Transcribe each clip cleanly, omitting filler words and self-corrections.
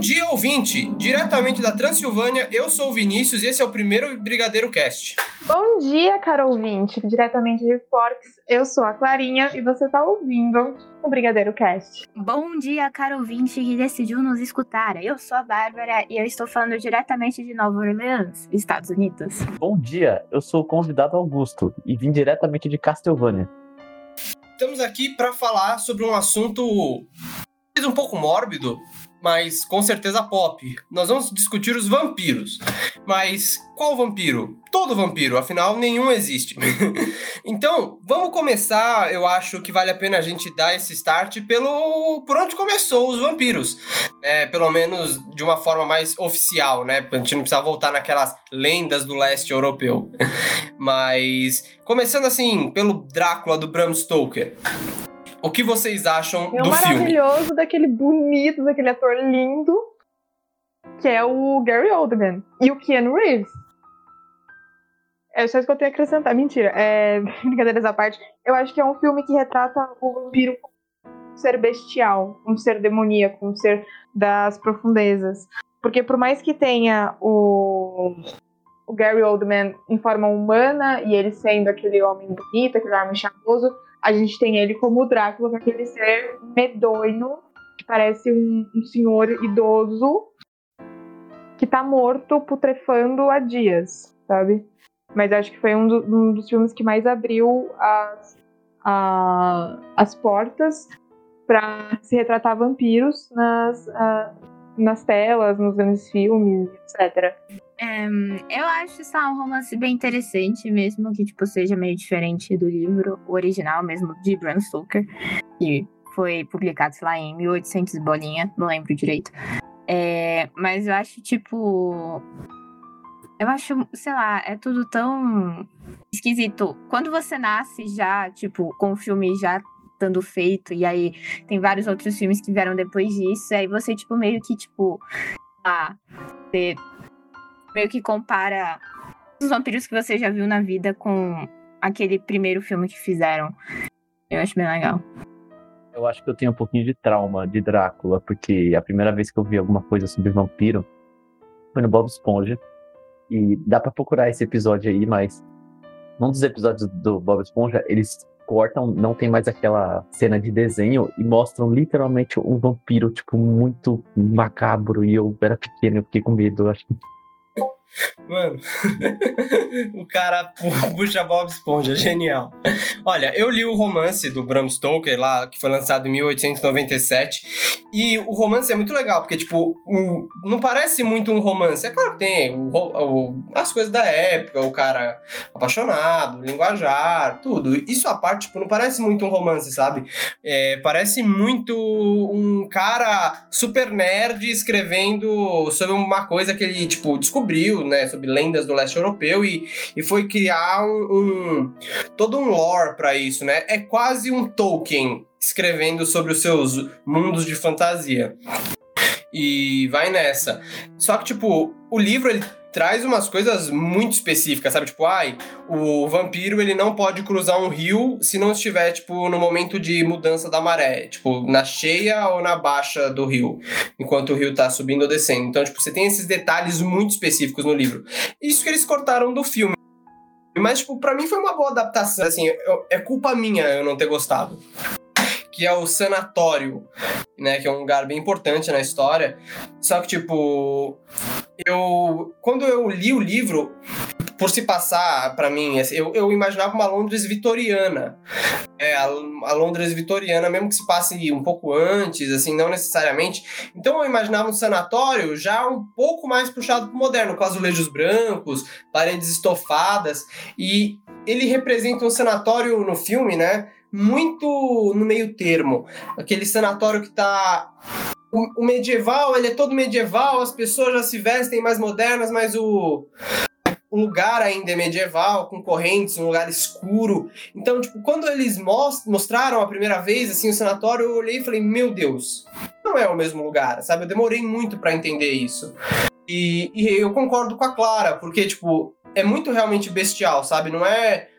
dia, ouvinte! Diretamente da Transilvânia, eu sou o Vinícius e esse é o primeiro Brigadeiro Cast. Bom dia, caro ouvinte! Diretamente de Forks, eu sou a Clarinha e você está ouvindo o Brigadeiro Cast. Bom dia, caro ouvinte que decidiu nos escutar. Eu sou a Bárbara e eu estou falando diretamente de Nova Orleans, Estados Unidos. Bom dia, eu sou o convidado Augusto e vim diretamente de Castlevania. Estamos aqui para falar sobre um assunto um pouco mórbido, mas com certeza pop. Nós vamos discutir os vampiros. Mas qual vampiro? Todo vampiro, afinal nenhum existe. Então, vamos começar, eu acho que vale a pena a gente dar esse start por onde começou os vampiros. Pelo menos de uma forma mais oficial, né? A gente não precisa voltar naquelas lendas do leste europeu. Mas, começando assim, pelo Drácula do Bram Stoker. O que vocês acham do filme? Maravilhoso, daquele bonito, daquele ator lindo, que é o Gary Oldman. E o Keanu Reeves. É só isso que eu tenho a acrescentar. Mentira, brincadeiras à parte. Eu acho que é um filme que retrata o vampiro como um ser bestial, um ser demoníaco, um ser das profundezas. Porque por mais que tenha o Gary Oldman em forma humana, e ele sendo aquele homem bonito, aquele homem charmoso, a gente tem ele como o Drácula, com aquele ser medonho, que parece um senhor idoso que tá morto, putrefando há dias, sabe? Mas acho que foi um dos filmes que mais abriu as portas para se retratar vampiros nas telas, nos grandes filmes, etc. Eu acho isso um romance bem interessante, mesmo que seja meio diferente do livro original mesmo, de Bram Stoker, que foi publicado, sei lá, em 1800 e bolinha, não lembro direito. Mas eu acho, sei lá, é tudo tão esquisito. Quando você nasce já, com o filme já estando feito, e aí tem vários outros filmes que vieram depois disso, aí você, meio que, você meio que compara os vampiros que você já viu na vida com aquele primeiro filme que fizeram. Eu acho bem legal. Eu acho que eu tenho um pouquinho de trauma de Drácula, porque a primeira vez que eu vi alguma coisa sobre vampiro foi no Bob Esponja. E dá pra procurar esse episódio aí, mas num dos episódios do Bob Esponja, eles cortam, não tem mais aquela cena de desenho e mostram literalmente um vampiro, muito macabro. E eu era pequeno, eu fiquei com medo, eu acho. Mano, o cara puxa Bob Esponja, genial. Olha, eu li o romance do Bram Stoker lá, que foi lançado em 1897, e o romance é muito legal, porque, não parece muito um romance. É claro que tem as coisas da época, o cara apaixonado, linguajar, tudo. Isso à parte, não parece muito um romance, sabe? Parece muito um cara super nerd escrevendo sobre uma coisa que ele, descobriu, né, sobre lendas do leste europeu e foi criar todo um lore para isso, né? É quase um Tolkien escrevendo sobre os seus mundos de fantasia. E vai nessa. Só que, o livro, ele traz umas coisas muito específicas, sabe? O vampiro, ele não pode cruzar um rio se não estiver, no momento de mudança da maré. Na cheia ou na baixa do rio, enquanto o rio tá subindo ou descendo. Então, você tem esses detalhes muito específicos no livro. Isso que eles cortaram do filme. Mas, pra mim foi uma boa adaptação. Assim, é culpa minha eu não ter gostado. Que é o sanatório, né? Que é um lugar bem importante na história. Só que, quando eu li o livro, por se passar pra mim, assim, eu imaginava uma Londres vitoriana. A Londres vitoriana, mesmo que se passe um pouco antes, assim, não necessariamente. Então eu imaginava um sanatório já um pouco mais puxado pro moderno, com azulejos brancos, paredes estofadas. E ele representa um sanatório no filme, né? Muito no meio termo. Aquele sanatório que tá... O medieval, ele é todo medieval, as pessoas já se vestem mais modernas, mas o lugar ainda é medieval, com correntes, um lugar escuro. Então, quando eles mostraram a primeira vez, assim, o sanatório, eu olhei e falei, meu Deus, não é o mesmo lugar, sabe? Eu demorei muito pra entender isso. E eu concordo com a Clara, porque, é muito realmente bestial, sabe? Não é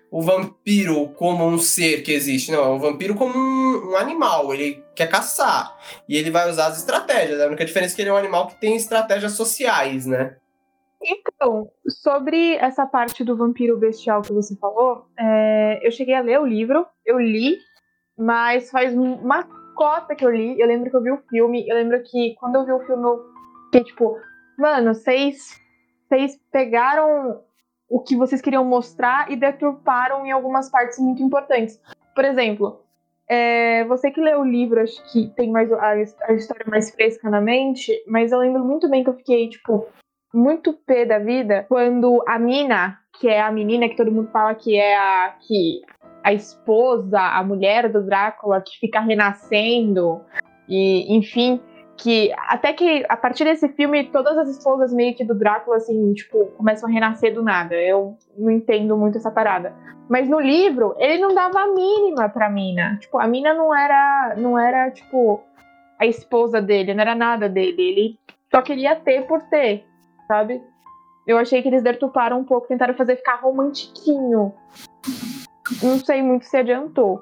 o vampiro como um ser que existe, não, é um vampiro como um animal, ele quer caçar, e ele vai usar as estratégias, a única diferença é que ele é um animal que tem estratégias sociais, né? Então, sobre essa parte do vampiro bestial que você falou, eu cheguei a ler o livro, eu li, mas faz uma cota que eu li, eu lembro que eu vi o filme, eu lembro que quando eu vi o filme eu fiquei tipo, mano, vocês pegaram o que vocês queriam mostrar e deturparam em algumas partes muito importantes. Por exemplo, você que leu o livro, acho que tem mais a história mais fresca na mente, mas eu lembro muito bem que eu fiquei, tipo, muito pé da vida quando a Mina, que é a menina que todo mundo fala que é a esposa, a mulher do Drácula, que fica renascendo, e enfim, que até que a partir desse filme todas as esposas meio que do Drácula, assim, tipo, começam a renascer do nada. Eu não entendo muito essa parada. Mas no livro, ele não dava a mínima pra Mina. Tipo, a Mina não era tipo, a esposa dele, não era nada dele. Ele só queria ter por ter, sabe? Eu achei que eles deturparam um pouco, tentaram fazer ficar romantiquinho. Não sei muito se adiantou.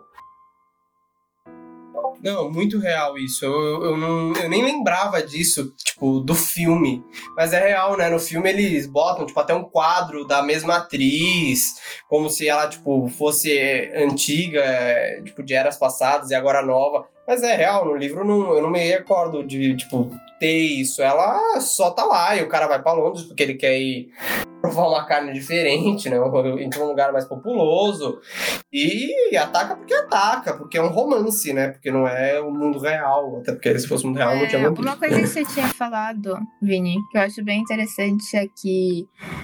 Não, muito real isso. Eu nem lembrava disso, tipo, do filme. Mas é real, né? No filme eles botam, tipo, até um quadro da mesma atriz, como se ela, tipo, fosse antiga, tipo, de eras passadas e agora nova. Mas é real, no livro eu não me recordo de, tipo, ter isso. Ela só tá lá e o cara vai pra Londres porque ele quer ir provar uma carne diferente, né? Em um lugar mais populoso. E ataca, porque é um romance, né? Porque não é o mundo real. Até porque se fosse o mundo real não tinha vampiro. Uma coisa que você tinha falado, Vini, que eu acho bem interessante é que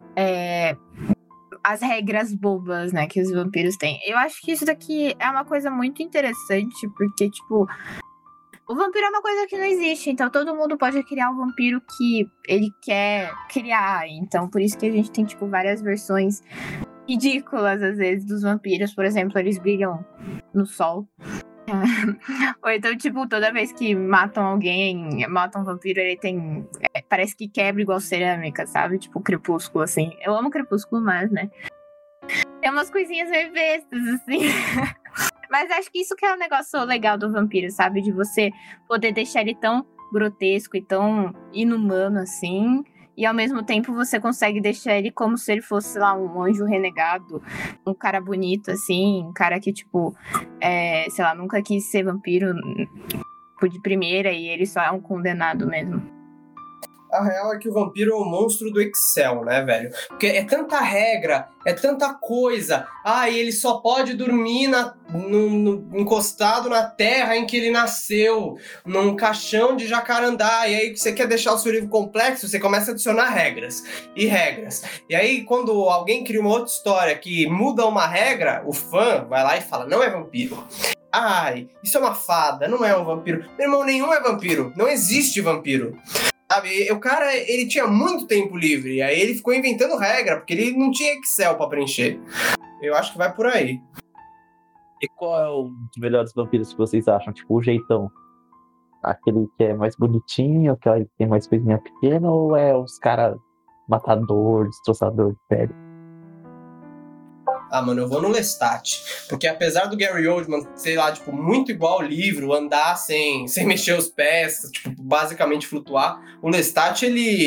as regras bobas, né, que os vampiros têm. Eu acho que isso daqui é uma coisa muito interessante, porque, tipo, o vampiro é uma coisa que não existe, então todo mundo pode criar o vampiro que ele quer criar. Então, por isso que a gente tem, tipo, várias versões ridículas, às vezes, dos vampiros. Por exemplo, eles brilham no sol. Ou então, tipo, toda vez que matam alguém, matam um vampiro, ele tem... parece que quebra igual cerâmica, sabe? Tipo, Crepúsculo, assim. Eu amo Crepúsculo, mas, né? Tem umas coisinhas meio bestas, assim. Mas acho que isso que é o negócio legal do vampiro, sabe? De você poder deixar ele tão grotesco e tão inumano, assim. E ao mesmo tempo você consegue deixar ele como se ele fosse, sei lá, um anjo renegado. Um cara bonito, assim. Um cara que, tipo, sei lá, nunca quis ser vampiro de primeira e ele só é um condenado mesmo. A real é que o vampiro é o monstro do Excel, né, velho? Porque é tanta regra, é tanta coisa. E ele só pode dormir encostado na terra em que ele nasceu, num caixão de jacarandá. E aí você quer deixar o seu livro complexo, você começa a adicionar regras e regras. E aí quando alguém cria uma outra história que muda uma regra, o fã vai lá e fala, não é vampiro. Isso é uma fada, não é um vampiro. Meu irmão, nenhum é vampiro. Não existe vampiro. Sabe, o cara, ele tinha muito tempo livre, e aí ele ficou inventando regra, porque ele não tinha Excel pra preencher. Eu acho que vai por aí. E qual é o dos melhores vampiros que vocês acham? Tipo, o jeitão? Aquele que é mais bonitinho, aquele que tem mais coisinha pequena, ou é os caras matador, destroçador de pele? Mano, eu vou no Lestat. Porque apesar do Gary Oldman, sei lá, tipo, muito igual ao livro, andar sem mexer os pés, tipo, basicamente flutuar, o Lestat,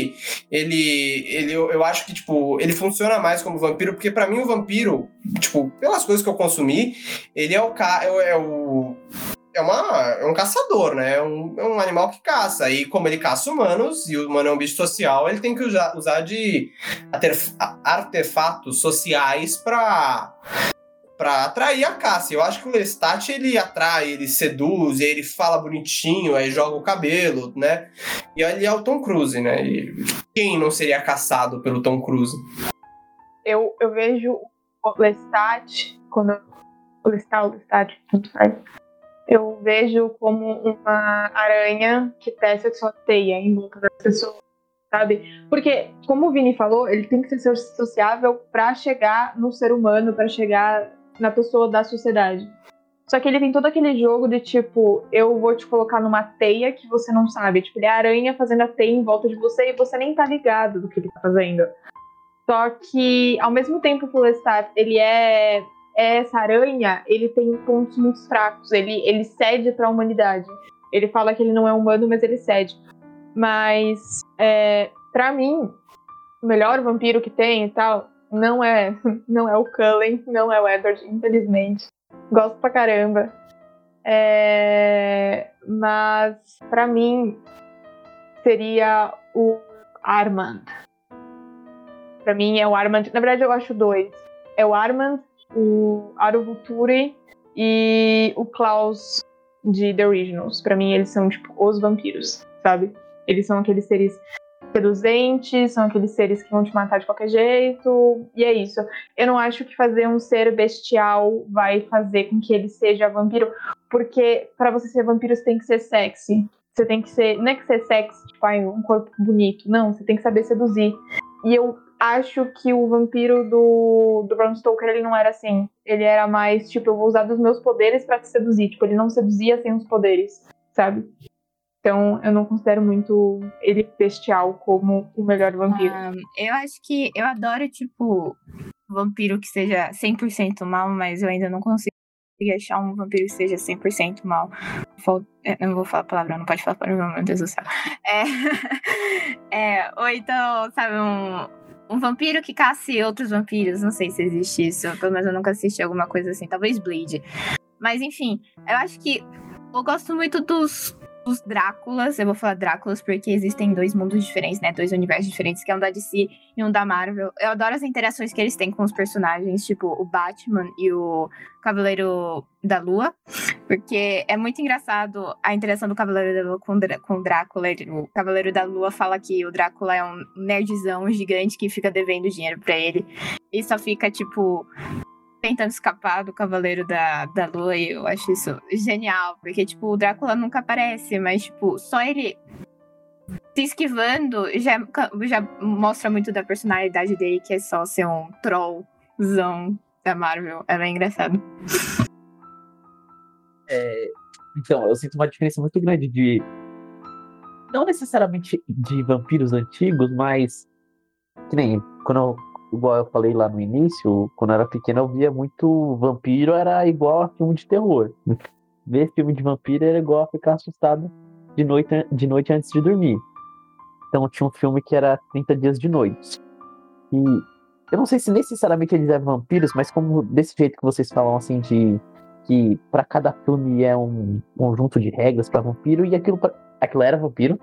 eu acho que, tipo, ele funciona mais como vampiro, porque pra mim o vampiro, tipo, pelas coisas que eu consumi, ele é um caçador, né? É um animal que caça. E como ele caça humanos, e o humano é um bicho social, ele tem que usar de artefatos sociais pra atrair a caça. Eu acho que o Lestat, ele atrai, ele seduz, ele fala bonitinho, aí joga o cabelo, né? E ele é o Tom Cruise, né? E quem não seria caçado pelo Tom Cruise? Eu vejo o Lestat, o Lestat, tanto faz. Eu vejo como uma aranha que tece a sua teia em volta das pessoas, sabe? Porque, como o Vini falou, ele tem que ser sociável pra chegar no ser humano, pra chegar na pessoa da sociedade. Só que ele tem todo aquele jogo de tipo, eu vou te colocar numa teia que você não sabe. Tipo, ele é a aranha fazendo a teia em volta de você e você nem tá ligado do que ele tá fazendo. Só que, ao mesmo tempo que o Lestat, ele é essa aranha, ele tem pontos muito fracos. Ele cede pra humanidade. Ele fala que ele não é humano, mas ele cede. Mas, pra mim, o melhor vampiro que tem e tal, não é o Cullen, não é o Edward, infelizmente. Gosto pra caramba. Mas, pra mim, seria o Armand. Pra mim é o Armand. Na verdade, eu acho dois. É o Armand, o Aro Vulture e o Klaus de The Originals. Pra mim, eles são, tipo, os vampiros, sabe? Eles são aqueles seres seduzentes, são aqueles seres que vão te matar de qualquer jeito. E é isso. Eu não acho que fazer um ser bestial vai fazer com que ele seja vampiro, porque pra você ser vampiro, você tem que ser sexy. Você tem que ser... Não é que ser sexy, tipo, um corpo bonito. Não, você tem que saber seduzir. E eu acho que o vampiro do Bram Stoker, ele não era assim. Ele era mais, tipo, eu vou usar dos meus poderes pra te seduzir. Tipo, ele não seduzia sem os poderes, sabe? Então, eu não considero muito ele bestial como o melhor vampiro. Eu acho que eu adoro, tipo, vampiro que seja 100% mal, mas eu ainda não consigo achar um vampiro que seja 100% mal. Eu não vou falar palavrão, não pode falar palavrão, meu Deus do céu. Ou então, sabe, um vampiro que caça outros vampiros. Não sei se existe isso, pelo menos eu nunca assisti alguma coisa assim. Talvez Blade. Mas, enfim, eu acho que eu gosto muito dos Dráculas. Eu vou falar Dráculas porque existem dois mundos diferentes, né? Dois universos diferentes, que é um da DC e um da Marvel. Eu adoro as interações que eles têm com os personagens, tipo o Batman e o Cavaleiro da Lua, porque é muito engraçado a interação do Cavaleiro da Lua com o Drácula. O Cavaleiro da Lua fala que o Drácula é um nerdzão gigante que fica devendo dinheiro pra ele e só fica, tipo, tentando escapar do Cavaleiro da Lua, e eu acho isso genial, porque, tipo, o Drácula nunca aparece, mas, tipo, só ele se esquivando já mostra muito da personalidade dele, que é só ser um trollzão da Marvel. É bem engraçado. Então, eu sinto uma diferença muito grande de... Não necessariamente de vampiros antigos, mas... Que nem igual eu falei lá no início, quando eu era pequeno eu via muito vampiro, era igual a filme de terror. Ver filme de vampiro era igual a ficar assustado de noite antes de dormir. Então tinha um filme que era 30 Dias de Noite. E eu não sei se necessariamente eles eram vampiros, mas como desse jeito que vocês falam assim, de que para cada filme é um conjunto de regras para vampiro, e aquilo era vampiro.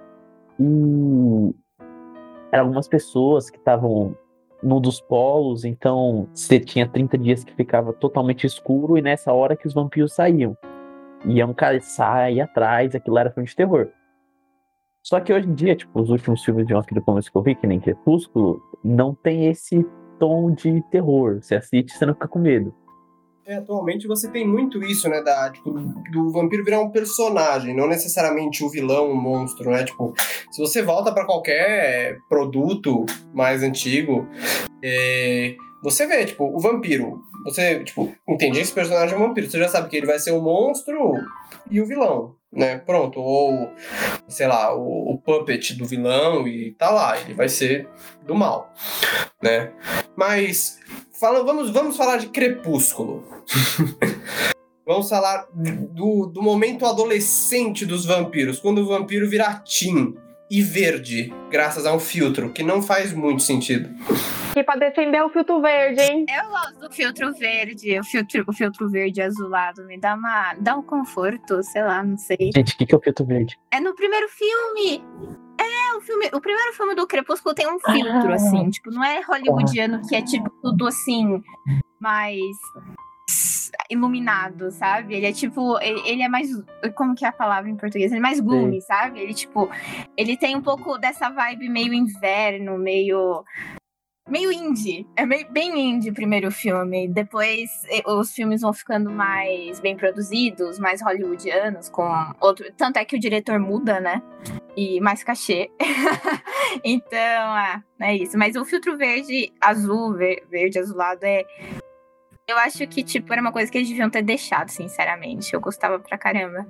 E eram algumas pessoas que estavam num dos polos, então você tinha 30 dias que ficava totalmente escuro, e nessa hora que os vampiros saíam. E um cara sai atrás, aquilo era filme de terror. Só que hoje em dia, tipo, os últimos filmes de vampiro como esse que eu vi, que nem Crepúsculo, não tem esse tom de terror. Você assiste e você não fica com medo. Atualmente você tem muito isso, né, do vampiro virar um personagem, não necessariamente o vilão, um monstro, né, tipo, se você volta pra qualquer produto mais antigo, você vê, tipo, o vampiro, você, tipo, entende, esse personagem é um vampiro, você já sabe que ele vai ser o monstro e o vilão, né, pronto, ou, sei lá, o puppet do vilão e tá lá, ele vai ser do mal, né, mas... Vamos falar de Crepúsculo. Vamos falar do momento adolescente dos vampiros, quando o vampiro vira teen e verde, graças a um filtro, que não faz muito sentido. E pra defender o filtro verde, hein? Eu gosto do filtro verde, o filtro verde azulado me dá um conforto, sei lá, não sei. Gente, o que é o filtro verde? É no primeiro filme! O primeiro filme do Crepúsculo tem um filtro, assim, tipo, não é hollywoodiano que é tipo tudo assim, mais iluminado, sabe? Ele é tipo, ele é mais, como que é a palavra em português? Ele é mais gloomy, sabe? Ele, tipo, ele tem um pouco dessa vibe meio inverno, meio indie. É bem indie o primeiro filme. Depois os filmes vão ficando mais bem produzidos, mais hollywoodianos, com outro. Tanto é que o diretor muda, né? E mais cachê. Então, é isso. Mas o filtro verde, azul, verde, azulado eu acho que, tipo, era uma coisa que eles deviam ter deixado, sinceramente. Eu gostava pra caramba.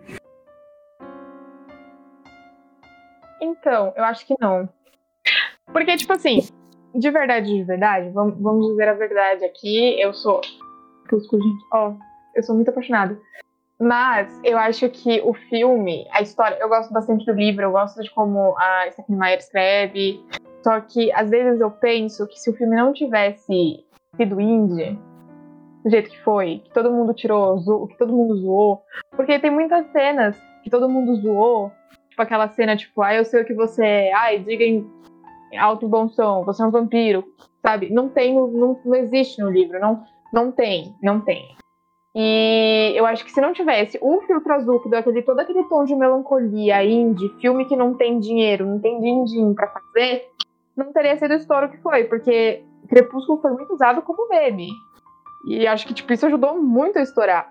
Então, eu acho que não. Porque, tipo assim, de verdade, vamos dizer a verdade aqui, eu sou Crepúsculo, gente. Ó, eu sou muito apaixonada. Mas eu acho que o filme, a história, eu gosto bastante do livro, eu gosto de como a Stephenie Meyer escreve. Só que às vezes eu penso que se o filme não tivesse sido indie, do jeito que foi, que todo mundo tirou, que todo mundo zoou, porque tem muitas cenas que todo mundo zoou, tipo aquela cena, tipo, eu sei o que você é, diga em alto e bom som, você é um vampiro, sabe? Não existe no livro, não tem. E eu acho que se não tivesse o filtro azul que deu todo aquele tom de melancolia indie, filme que não tem dinheiro, não tem din-din pra fazer, não teria sido o estouro que foi, porque Crepúsculo foi muito usado como meme. E acho que tipo, isso ajudou muito a estourar.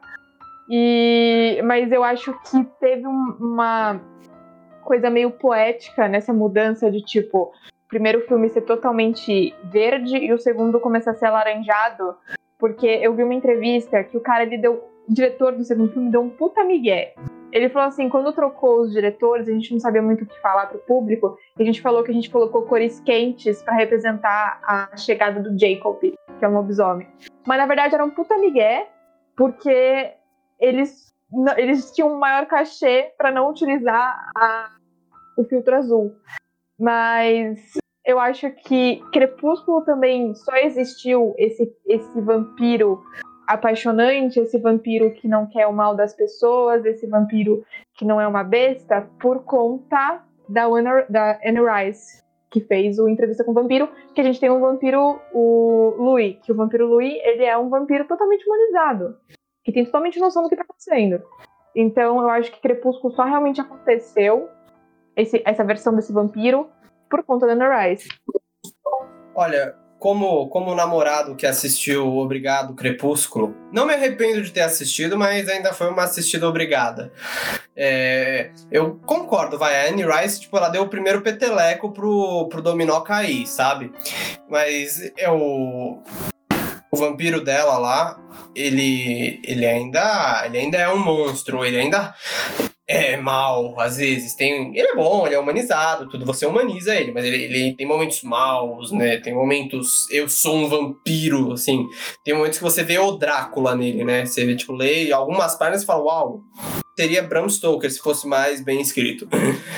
Mas eu acho que teve uma coisa meio poética nessa mudança de tipo, o primeiro filme ser totalmente verde e o segundo começar a ser alaranjado. Porque eu vi uma entrevista que o diretor do segundo filme deu um puta migué. Ele falou assim, quando trocou os diretores, a gente não sabia muito o que falar pro público, e a gente falou que a gente colocou cores quentes pra representar a chegada do Jacob, que é um lobisomem. Mas na verdade era um puta migué, porque eles tinham um maior cachê pra não utilizar o filtro azul. Mas eu acho que Crepúsculo também só existiu esse vampiro apaixonante, esse vampiro que não quer o mal das pessoas, esse vampiro que não é uma besta, por conta da Anne Rice, que fez o Entrevista com o Vampiro, que a gente tem um vampiro, o Louis, que o vampiro Louis, ele é um vampiro totalmente humanizado, que tem totalmente noção do que está acontecendo. Então eu acho que Crepúsculo só realmente aconteceu, essa versão desse vampiro, por conta da Anne Rice. Olha, como namorado que assistiu Obrigado, Crepúsculo, não me arrependo de ter assistido, mas ainda foi uma assistida obrigada. Eu concordo, a Anne Rice, tipo, ela deu o primeiro peteleco pro dominó cair, sabe? Mas o vampiro dela lá, ele ainda é um monstro, ele ainda é mal, às vezes. Ele é bom, ele é humanizado, tudo, você humaniza ele, mas ele tem momentos maus, né? Tem momentos, eu sou um vampiro, assim. Tem momentos que você vê o Drácula nele, né? Você vê, tipo, lê algumas páginas e fala, uau, seria Bram Stoker se fosse mais bem escrito.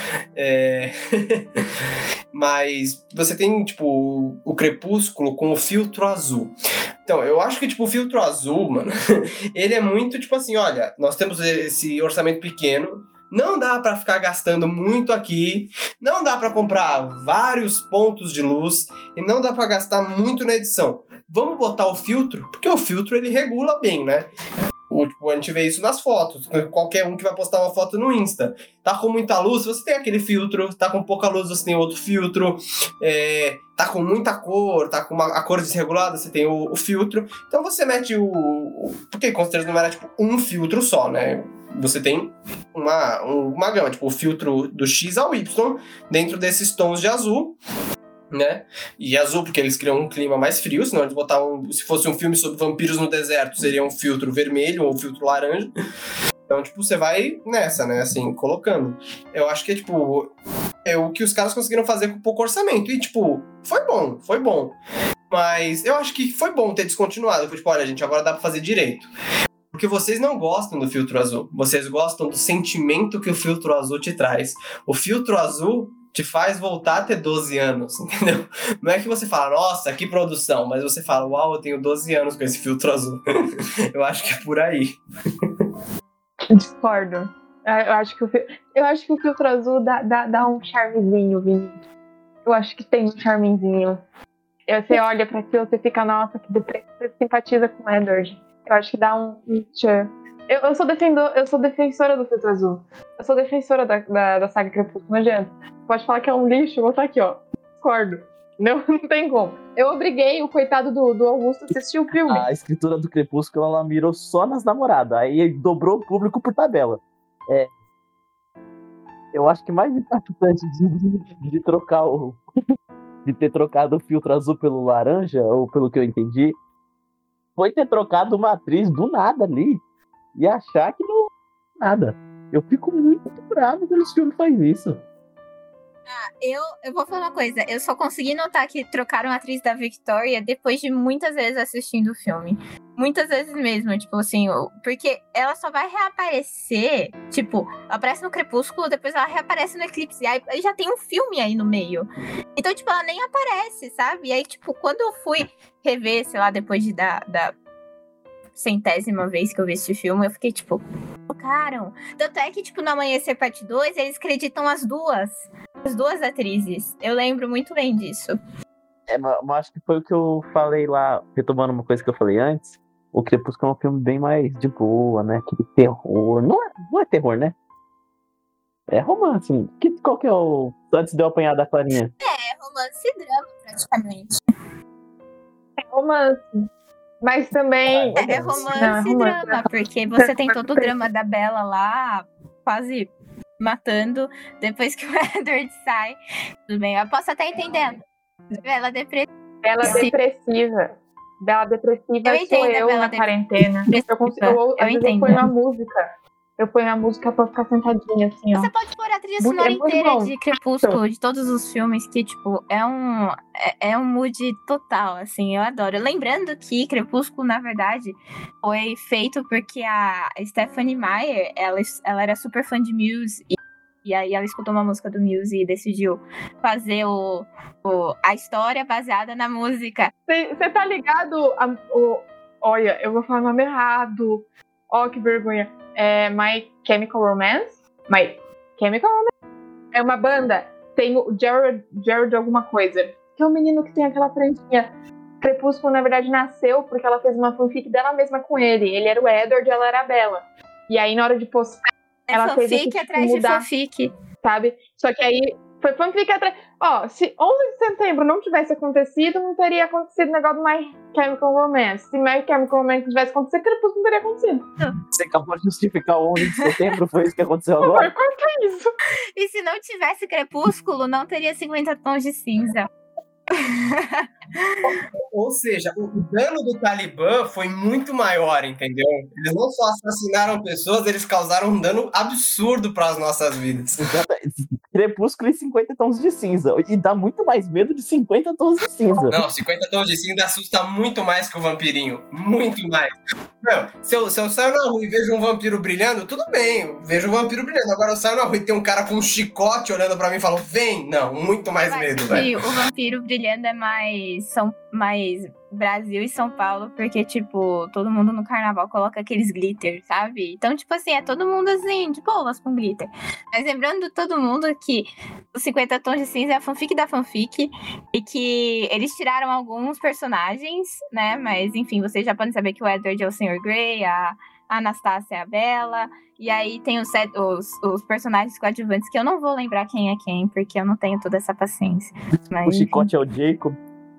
Mas você tem, tipo, o Crepúsculo com o filtro azul. Então, eu acho que, tipo, o filtro azul, mano, ele é muito, tipo assim, olha, nós temos esse orçamento pequeno, não dá pra ficar gastando muito aqui, não dá pra comprar vários pontos de luz e não dá pra gastar muito na edição. Vamos botar o filtro, porque o filtro, ele regula bem, né? A gente vê isso nas fotos. Qualquer um que vai postar uma foto no Insta. Tá com muita luz, você tem aquele filtro. Tá com pouca luz, você tem outro filtro. Tá com muita cor, tá com a cor desregulada, você tem o filtro. Então você mete porque com certeza não era tipo um filtro só, né? Você tem uma gama, tipo o filtro do X ao Y dentro desses tons de azul, né? E azul porque eles criam um clima mais frio, senão eles botavam, se fosse um filme sobre vampiros no deserto, seria um filtro vermelho ou um filtro laranja. Então, tipo, você vai nessa, né, assim, colocando. Eu acho que tipo, é o que os caras conseguiram fazer com pouco orçamento. E, tipo, foi bom. Mas eu acho que foi bom ter descontinuado. Tipo, olha, gente, agora dá pra fazer direito. Porque vocês não gostam do filtro azul. Vocês gostam do sentimento que o filtro azul te traz. O filtro azul te faz voltar a ter 12 anos, entendeu? Não é que você fala, nossa, que produção, mas você fala, uau, eu tenho 12 anos com esse filtro azul. Eu acho que é por aí. Discordo. Eu acho que o filtro azul dá um charmezinho, Vini. Eu acho que tem um charmezinho. Você olha pra aquilo, você fica, nossa, que depressão, você simpatiza com o Edward. Eu acho que dá um tchan. Eu sou defensora do filtro azul. Eu sou defensora da saga Crepúsculo, não adianta. Pode falar que é um lixo, eu vou estar aqui, ó. Discordo. Não tem como. Eu obriguei o coitado do Augusto a assistir o filme. A escritura do Crepúsculo, ela mirou só nas namoradas. Aí dobrou o público por tabela. Eu acho que mais impactante de trocar de ter trocado o filtro azul pelo laranja, ou pelo que eu entendi, foi ter trocado uma atriz do nada ali e achar que não nada. Eu fico muito bravo quando esse filme faz isso. Eu vou falar uma coisa, eu só consegui notar que trocaram a atriz da Victoria depois de muitas vezes assistindo o filme. Muitas vezes mesmo, tipo assim, porque ela só vai reaparecer, tipo, ela aparece no Crepúsculo, depois ela reaparece no Eclipse, e aí já tem um filme aí no meio. Então, tipo, ela nem aparece, sabe? E aí, tipo, quando eu fui rever, sei lá, depois da 100ª vez que eu vi esse filme, eu fiquei, tipo, trocaram. Tanto é que, tipo, no Amanhecer Parte 2, eles acreditam as duas atrizes. Eu lembro muito bem disso. Mas acho que foi o que eu falei lá, retomando uma coisa que eu falei antes. O Crepúsculo é um filme bem mais de boa, né? Aquele terror. Não é terror, né? É romance. Qual que é o... Antes de eu apanhar da Clarinha? É romance e drama, praticamente. É romance. Mas também... É romance e drama, porque você tem todo o drama da Bella lá, quase matando, depois que o Edward sai. Tudo bem, eu posso até entender. Bella depressiva. Bela depressiva Eu sou entendo, eu Bela na quarentena. Às vezes eu ponho uma música. Eu ponho a música pra ficar sentadinha, assim, ó. Você pode pôr a trilha sonora inteira de Crepúsculo, de todos os filmes, que, tipo, é um mood total, assim, eu adoro. Lembrando que Crepúsculo, na verdade, foi feito porque a Stephenie Meyer, ela era super fã de Muse, e aí ela escutou uma música do Muse e decidiu fazer a história baseada na música. Você tá ligado? Olha, eu vou falar o nome errado. Ó, que vergonha. É My Chemical Romance? My Chemical Romance? É uma banda. Tem o Jared alguma coisa. Que é o menino que tem aquela franjinha. Crepúsculo, na verdade, nasceu porque ela fez uma fanfic dela mesma com ele. Ele era o Edward e ela era a Bella. E aí, na hora de postar, ela fez fanfic atrás de fanfic. Sabe? Só que aí foi fanfic atrás. Ó, se 11 de setembro não tivesse acontecido, não teria acontecido o negócio do My Chemical Romance. Se My Chemical Romance não tivesse acontecido, Crepúsculo não teria acontecido. Você acabou de justificar o 11 de setembro, foi isso que aconteceu agora? Corta isso. E se não tivesse Crepúsculo, não teria 50 tons de cinza. Ou seja, o dano do Talibã foi muito maior, entendeu? Eles não só assassinaram pessoas, eles causaram um dano absurdo para as nossas vidas. Crepúsculo e 50 tons de cinza. E dá muito mais medo de 50 tons de cinza. Não, 50 tons de cinza assusta muito mais que o vampirinho. Muito mais. Não, se eu saio na rua e vejo um vampiro brilhando, tudo bem, eu vejo um vampiro brilhando. Agora eu saio na rua e tem um cara com um chicote olhando pra mim e fala, vem! Não, muito mais medo, velho. O vampiro brilhando é mais Brasil e São Paulo, porque, tipo, todo mundo no carnaval coloca aqueles glitter, sabe? Então, tipo assim, é todo mundo assim, de boas com glitter. Mas lembrando todo mundo que os 50 Tons de Cinza é a fanfic da fanfic e que eles tiraram alguns personagens, né? Mas, enfim, vocês já podem saber que o Edward é o Sr. Grey, a Anastácia é a Bella, e aí tem os personagens coadjuvantes que eu não vou lembrar quem é quem, porque eu não tenho toda essa paciência. Mas, o chicote é o Jacob.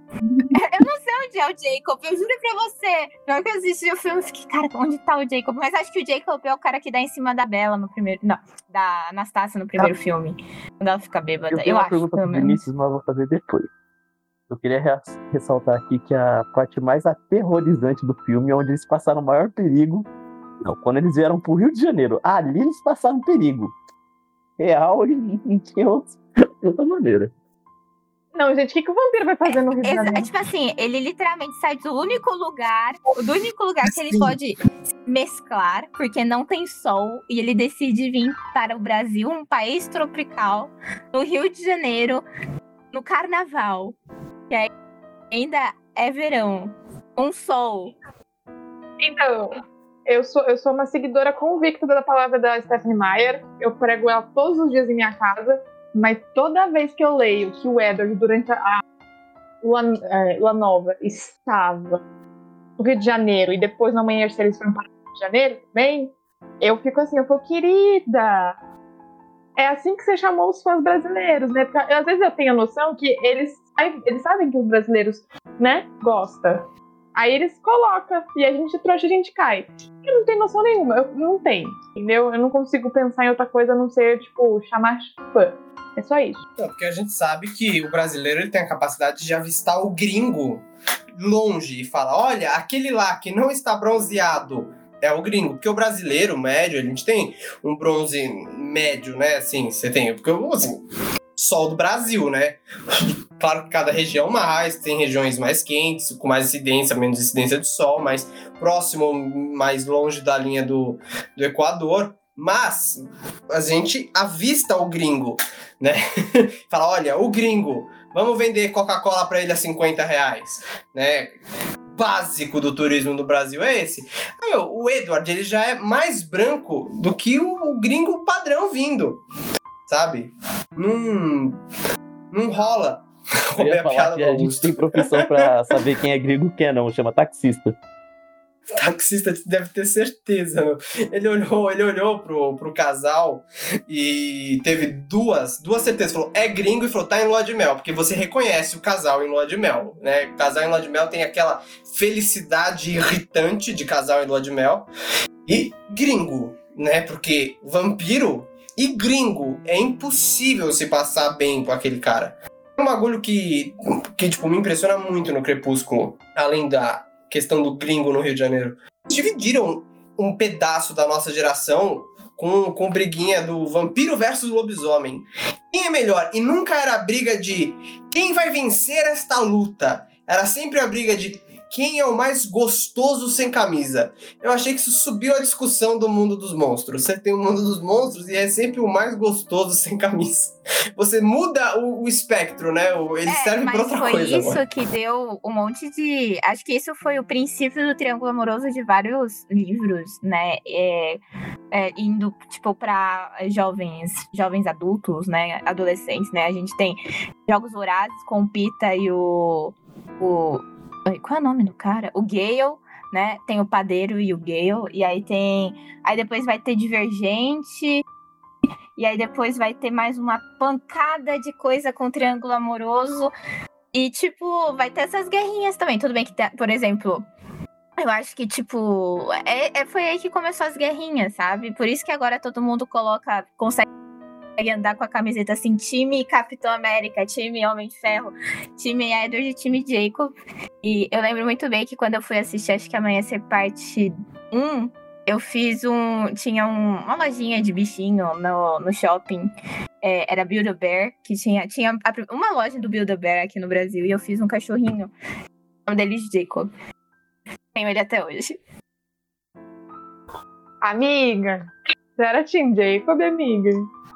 Eu não sei onde é o Jacob, eu juro pra você. Na hora que eu assisti o filme, eu fiquei, cara, onde tá o Jacob? Mas acho que o Jacob é o cara que dá em cima da Bella no primeiro. Não, da Anastácia no primeiro filme. Quando ela fica bêbada. Eu tenho uma pergunta pro Vinícius, mas eu vou fazer depois. Eu queria ressaltar aqui que a parte mais aterrorizante do filme é onde eles passaram o maior perigo. Não, quando eles vieram pro Rio de Janeiro. Ali eles passaram perigo. Real e não tinha outra maneira. Não, gente, o que o vampiro vai fazer no Rio de Janeiro? Tipo assim, ele literalmente sai do único lugar que ele pode mesclar, porque não tem sol, e ele decide vir para o Brasil, um país tropical, no Rio de Janeiro, no carnaval, que ainda é verão, um sol. Então, eu sou uma seguidora convicta da palavra da Stephenie Meyer, eu prego ela todos os dias em minha casa, mas toda vez que eu leio que o Edward, durante a Lua Nova, estava no Rio de Janeiro e depois no Amanhecer eles foram para o Rio de Janeiro também, eu fico assim, eu falo, querida, é assim que você chamou os fãs brasileiros, né? Porque às vezes eu tenho a noção que eles sabem que os brasileiros, né, gostam. Aí eles colocam e a gente trouxa, a gente cai. Eu não tenho noção nenhuma, eu não tenho, entendeu? Eu não consigo pensar em outra coisa a não ser, tipo, chamar fã. É só isso. Não, porque a gente sabe que o brasileiro ele tem a capacidade de avistar o gringo longe e falar, olha, aquele lá que não está bronzeado é o gringo. Porque o brasileiro médio, a gente tem um bronze médio, né? Assim, você tem... Porque, assim, sol do Brasil, né? Claro que cada região mais, tem regiões mais quentes, com mais incidência, menos incidência de sol, mais próximo, mais longe da linha do Equador. Mas a gente avista o gringo, né? Fala, olha, o gringo, vamos vender Coca-Cola para ele a R$50, né? Básico do turismo no Brasil é esse. Aí, o Edward, ele já é mais branco do que o gringo padrão vindo, sabe? Não rola. Eu ia falar que a gente tem profissão pra saber quem é gringo e quem não, chama taxista. Taxista deve ter certeza, meu. Ele olhou pro casal e teve duas certezas. Falou, é gringo, e falou, tá em lua de mel, porque você reconhece o casal em lua de mel, né? O casal em lua de mel tem aquela felicidade irritante de casal em lua de mel. E gringo, né? Porque vampiro e gringo é impossível se passar bem com aquele cara. Um bagulho que tipo, me impressiona muito no Crepúsculo, além da questão do gringo no Rio de Janeiro. Eles dividiram um pedaço da nossa geração com briguinha do vampiro versus lobisomem. Quem é melhor? E nunca era a briga de quem vai vencer esta luta. Era sempre a briga de quem é o mais gostoso sem camisa. Eu achei que isso subiu a discussão do mundo dos monstros. Você tem o mundo dos monstros e é sempre o mais gostoso sem camisa. Você muda o espectro, né? Ele serve pra outra coisa. Mas foi isso agora. que deu um monte de... Acho que isso foi o princípio do triângulo amoroso de vários livros, né? Indo, tipo, pra jovens adultos, né? Adolescentes, né? A gente tem Jogos Vorazes com o Pita e o... Qual é o nome do cara? O Gale, né? Tem o Padeiro e o Gale. E aí tem... Aí depois vai ter Divergente. E aí depois vai ter mais uma pancada de coisa com triângulo amoroso. E, tipo, vai ter essas guerrinhas também. Tudo bem que, por exemplo... Eu acho que, tipo... foi aí que começou as guerrinhas, sabe? Por isso que agora todo mundo consegue andar com a camiseta assim, time Capitão América, time Homem de Ferro, time Edward e time Jacob. E eu lembro muito bem que quando eu fui assistir, acho que Amanhecer Parte 1, eu fiz tinha uma lojinha de bichinho no shopping, era Build-A-Bear, que tinha uma loja do Build-A-Bear aqui no Brasil, e eu fiz um cachorrinho, o nome dele é Jacob. Tenho ele até hoje. Amiga, você era Team Jacob, amiga?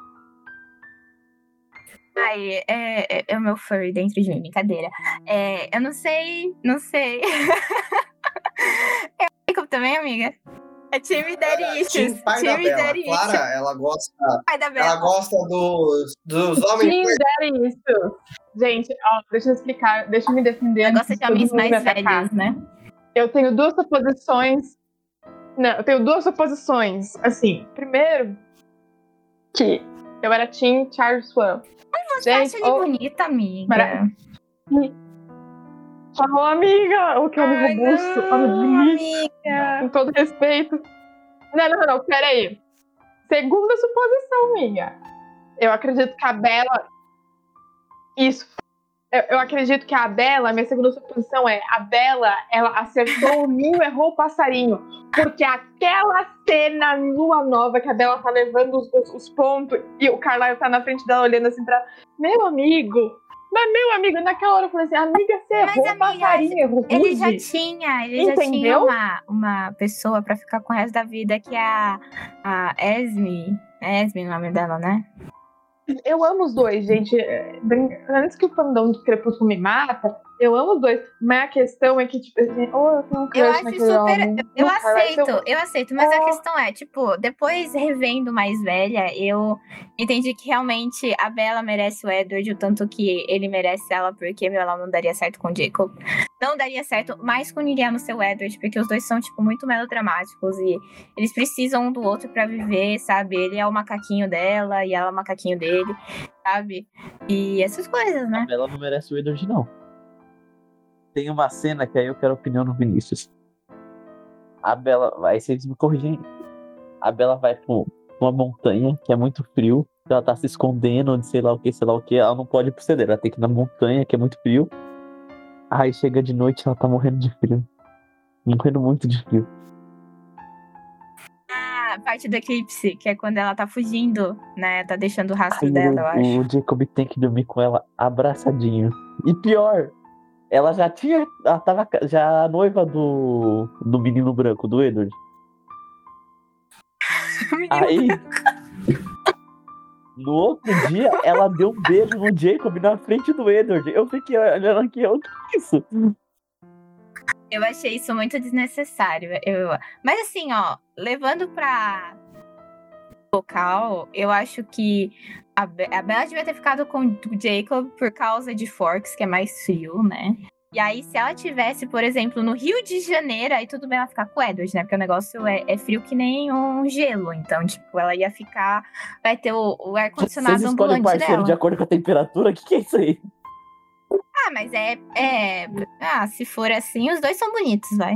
Ai, é o meu furry dentro de mim, brincadeira. Eu não sei. É o Jacob também, amiga? É time Daddy Issues. Pai da Bella. Clara, ela gosta dos homens... Team Daddy Issues. Gente, ó, deixa eu explicar, deixa eu me defender. Ela gosta de homens mais velhos, né? Eu tenho duas suposições. Não, eu tenho duas suposições. Assim, primeiro, que eu era Team Charles Swan. Você acha ele bonita, amiga? Falou, amiga! O que é homem robusto, homem bonito, com todo respeito. Não, peraí. Segunda suposição, amiga. Eu acredito que a Bella... Isso. Eu acredito que a Bella, minha segunda suposição a Bella, ela acertou o ninho e errou o passarinho. Porque aquela cena lua nova que a Bella tá levando os pontos e o Carlyle tá na frente dela olhando assim pra... Meu amigo, naquela hora eu falei assim, amiga, você errou o passarinho, errou rude. Ele já tinha uma pessoa pra ficar com o resto da vida, que é a Esme. É Esme o nome dela, né? Eu amo os dois, gente. Antes que o fandom do Crepúsculo me mata, eu amo os dois. Mas a questão é que, tipo, eu tenho um crush naquele homem. Eu aceito. Mas a questão é, tipo, depois revendo mais velha, eu entendi que realmente a Bella merece o Edward, o tanto que ele merece ela, porque ela não daria certo com o Jacob. Não daria certo mais com ninguém no seu Edward, porque os dois são, tipo, muito melodramáticos e eles precisam um do outro pra viver, sabe? Ele é o macaquinho dela e ela é o macaquinho dele, sabe? E essas coisas, né? A Bella não merece o Edward, não. Tem uma cena que aí eu quero a opinião do Vinícius. A Bella, aí vocês me corrigem. A Bella vai pra uma montanha que é muito frio, ela tá se escondendo de sei lá o que, ela não pode ir pro celeiro, ela tem que ir na montanha que é muito frio. Aí chega de noite, ela tá morrendo de frio. Morrendo muito de frio. parte do eclipse, que é quando ela tá fugindo, né? Tá deixando o rastro Aí dela, eu acho. o Jacob tem que dormir com ela abraçadinho. E pior, ela já tinha. Ela tava já noiva do menino branco, do Edward. Aí, no outro dia, ela deu um beijo no Jacob na frente do Edward. Eu fiquei olhando aqui, o que é isso? Eu achei isso muito desnecessário. Mas assim, ó, levando pra local, eu acho que a Bella devia ter ficado com o Jacob por causa de Forks, que é mais frio, né? E aí, se ela tivesse, por exemplo, no Rio de Janeiro, aí tudo bem ela ficar com o Edward, né? Porque o negócio é frio que nem um gelo. Então, tipo, ela ia ficar... Vai ter o ar-condicionado Vocês escolhem o ambulante parceiro dela. de acordo com a temperatura? O que é isso aí? Ah, mas se for assim, os dois são bonitos, vai.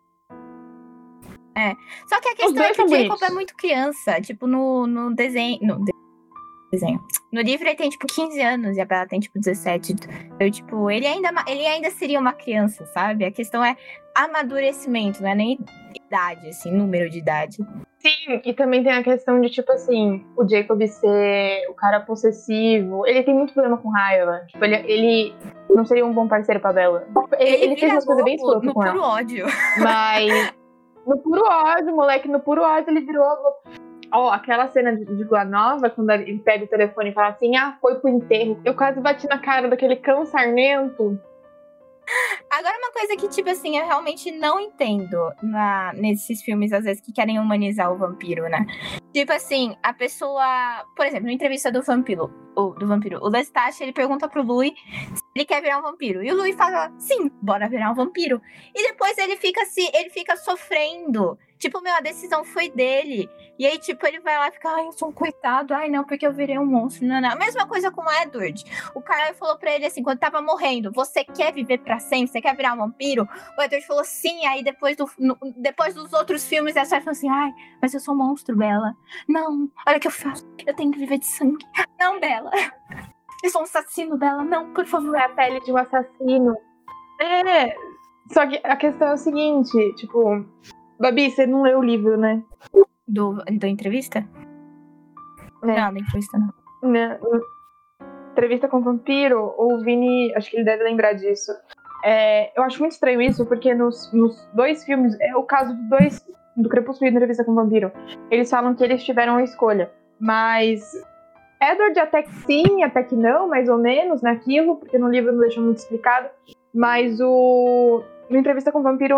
Só que a questão é que o Jacob é muito criança. Tipo, no desenho... No livro ele tem, tipo, 15 anos e a Bella tem, tipo, 17. Eu, tipo, ele ainda seria uma criança, sabe? A questão é amadurecimento, não é nem idade, assim, número de idade. Sim, e também tem a questão de, tipo assim, o Jacob ser o cara possessivo. Ele tem muito problema com raiva. Tipo, ele não seria um bom parceiro pra Bella. Ele fez umas coisas bem escrotas no com ela. puro ódio. Mas no puro ódio, moleque, no puro ódio ele virou... aquela cena de Lua Nova, quando ele pega o telefone e fala assim, foi pro enterro. Eu quase bati na cara daquele cão sarnento. Agora, uma coisa que, tipo assim, eu realmente não entendo nesses filmes, às vezes, que querem humanizar o vampiro, né? Tipo assim, a pessoa... Por exemplo, na entrevista do vampiro, o Lestat, ele pergunta pro Louis se ele quer virar um vampiro. E o Louis fala, sim, bora virar um vampiro. E depois ele fica sofrendo. Tipo, a decisão foi dele. E aí, tipo, ele vai lá e fica, eu sou um coitado. Ai, não, porque eu virei um monstro. Não. A mesma coisa com o Edward. O cara falou pra ele assim, quando tava morrendo, você quer viver pra sempre? Você quer virar um vampiro? O Edward falou, sim. Aí, depois dos outros filmes, ela falou assim, ai, mas eu sou um monstro, Bella. Não, olha o que eu faço. Eu tenho que viver de sangue. Não, Bella. Eu sou um assassino, Bella. Não, por favor. É a pele de um assassino. Só que a questão é o seguinte, tipo... Babi, você não leu o livro, né? Da entrevista? Não, da entrevista não. Entrevista com o vampiro, o Vini, acho que ele deve lembrar disso. Eu acho muito estranho isso, porque nos dois filmes, é o caso do Crepúsculo e da Entrevista com o Vampiro, eles falam que eles tiveram a escolha, mas Edward até que sim, até que não, mais ou menos, naquilo, porque no livro não deixa muito explicado, mas na Entrevista com o Vampiro,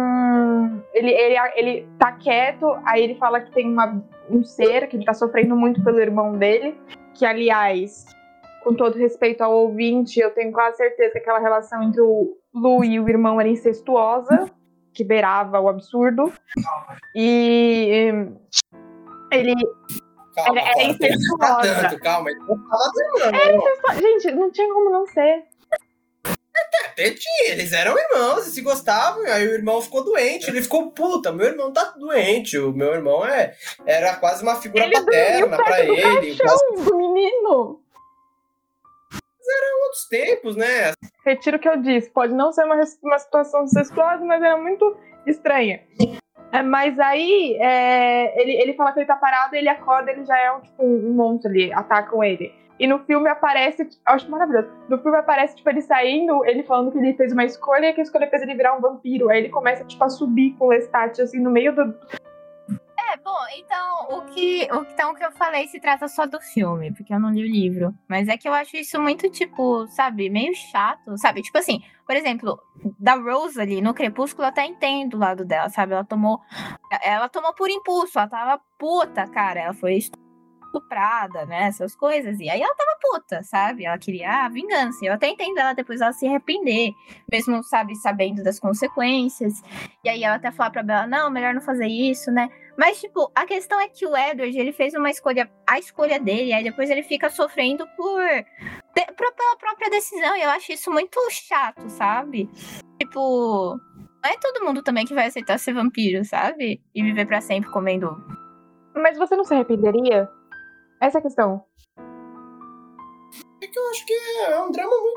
ele tá quieto, aí ele fala que tem um ser, que ele tá sofrendo muito pelo irmão dele, que, aliás, com todo respeito ao ouvinte, eu tenho quase certeza que aquela relação entre o Lu e o irmão era incestuosa, que beirava o absurdo, e ele... Calma, era incestuosa. Calma, ele não fala do irmão. Gente, não tinha como não ser. Até tinha, eles eram irmãos e se gostavam, aí o irmão ficou doente, ele ficou, puta, meu irmão tá doente, o meu irmão era quase uma figura paterna pra ele. Do menino. Eram outros tempos, né? Retiro o que eu disse, pode não ser uma situação incestuosa, mas era muito estranha. Mas aí, ele fala que ele tá parado, ele acorda, ele já é um monstro ali, atacam ele. E no filme aparece, eu acho maravilhoso, no filme aparece, tipo, ele saindo, ele falando que ele fez uma escolha e que a escolha fez ele virar um vampiro. Aí ele começa, tipo, a subir com o Lestat, assim, no meio do... Bom, então, o que eu falei se trata só do filme, porque eu não li o livro. Mas é que eu acho isso muito, tipo, sabe, meio chato, sabe? Tipo assim, por exemplo, da Rose ali, no Crepúsculo, eu até entendo o lado dela, sabe? Ela tomou por impulso, ela tava puta, cara, ela foi estuprada, né, essas coisas, e aí ela tava puta, sabe, ela queria a vingança, eu até entendo ela depois ela se arrepender, mesmo, sabe, sabendo das consequências, e aí ela até falar pra Bella, não, melhor não fazer isso, né, mas, tipo, a questão é que o Edward, ele fez uma escolha, a escolha dele, aí depois ele fica sofrendo pela própria decisão, e eu acho isso muito chato, sabe, tipo, não é todo mundo também que vai aceitar ser vampiro, sabe, e viver pra sempre comendo. Mas você não se essa é a questão. É que eu acho que é um drama muito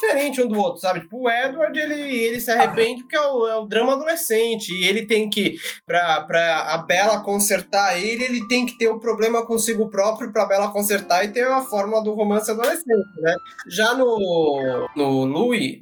diferente um do outro, sabe? Tipo, o Edward, ele se arrepende porque é o drama adolescente, e ele tem que, pra a Bella consertar ele tem que ter o problema consigo próprio pra Bella consertar e ter a fórmula do romance adolescente, né? Já no Louis,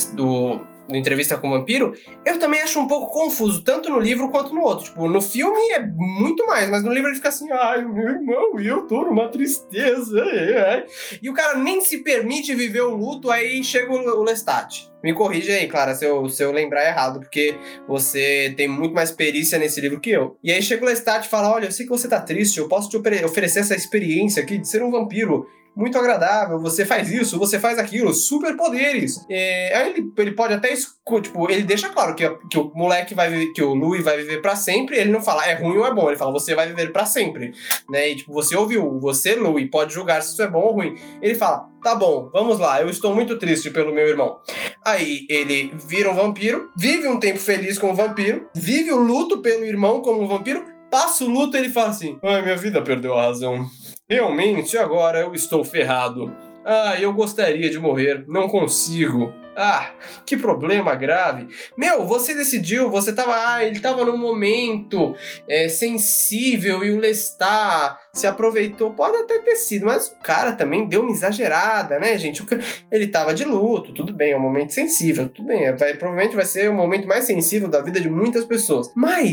do Entrevista com o Vampiro, eu também acho um pouco confuso, tanto no livro quanto no outro. Tipo, no filme é muito mais, mas no livro ele fica assim, ai, meu irmão, e eu tô numa tristeza. E o cara nem se permite viver o luto, aí chega o Lestat. Me corrige aí, Clara, se eu lembrar errado, porque você tem muito mais perícia nesse livro que eu. E aí chega o Lestat e fala, olha, eu sei que você tá triste, eu posso te oferecer essa experiência aqui de ser um vampiro muito agradável, você faz isso, você faz aquilo, superpoderes. Aí ele pode até, tipo, ele deixa claro que o moleque vai viver, que o Louis vai viver pra sempre, ele não fala é ruim ou é bom, ele fala você vai viver pra sempre, né? E tipo, você ouviu, você, Louis, pode julgar se isso é bom ou ruim. Ele fala, tá bom, vamos lá, eu estou muito triste pelo meu irmão. Aí ele vira um vampiro, vive um tempo feliz como vampiro, vive o luto pelo irmão como vampiro, passa o luto e ele fala assim, ai, minha vida perdeu a razão. Realmente, agora eu estou ferrado. Ah, eu gostaria de morrer, não consigo. Ah, que problema grave. Meu, você decidiu, ele tava num momento sensível e o Lestat se aproveitou. Pode até ter sido, mas o cara também deu uma exagerada, né, gente? Ele tava de luto, tudo bem, é um momento sensível, tudo bem. Provavelmente vai ser o momento mais sensível da vida de muitas pessoas.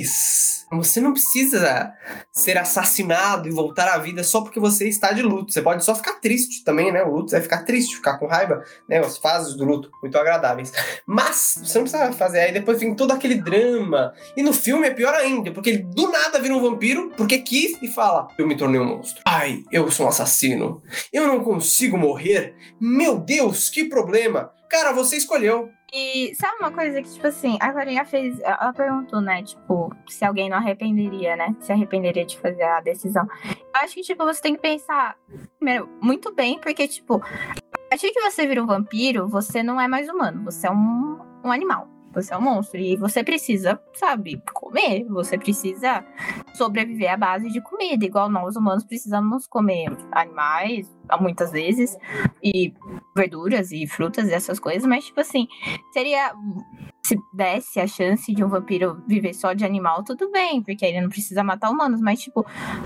Mas você não precisa ser assassinado e voltar à vida só porque você está de luto. Você pode só ficar triste também, né? O luto é ficar triste, ficar com raiva, né? As fases do luto muito agradáveis. Mas você não precisa fazer. Aí depois vem todo aquele drama. E no filme é pior ainda, porque ele do nada vira um vampiro, porque quis e fala, eu me tornei um monstro. Ai, eu sou um assassino. Eu não consigo morrer. Meu Deus, que problema. Cara, você escolheu. E sabe uma coisa que, tipo assim, a Clarinha fez, ela perguntou, né, tipo, se alguém não arrependeria, né, se arrependeria de fazer a decisão. Eu acho que, tipo, você tem que pensar, primeiro, muito bem, porque, tipo, a partir que você vira um vampiro, você não é mais humano, você é um animal. Você é um monstro e você precisa, sabe, comer. Você precisa sobreviver à base de comida, igual nós humanos precisamos comer animais, muitas vezes, e verduras e frutas e essas coisas. Mas, tipo assim, seria... Se desse a chance de um vampiro viver só de animal, tudo bem, porque ele não precisa matar humanos. Mas, tipo,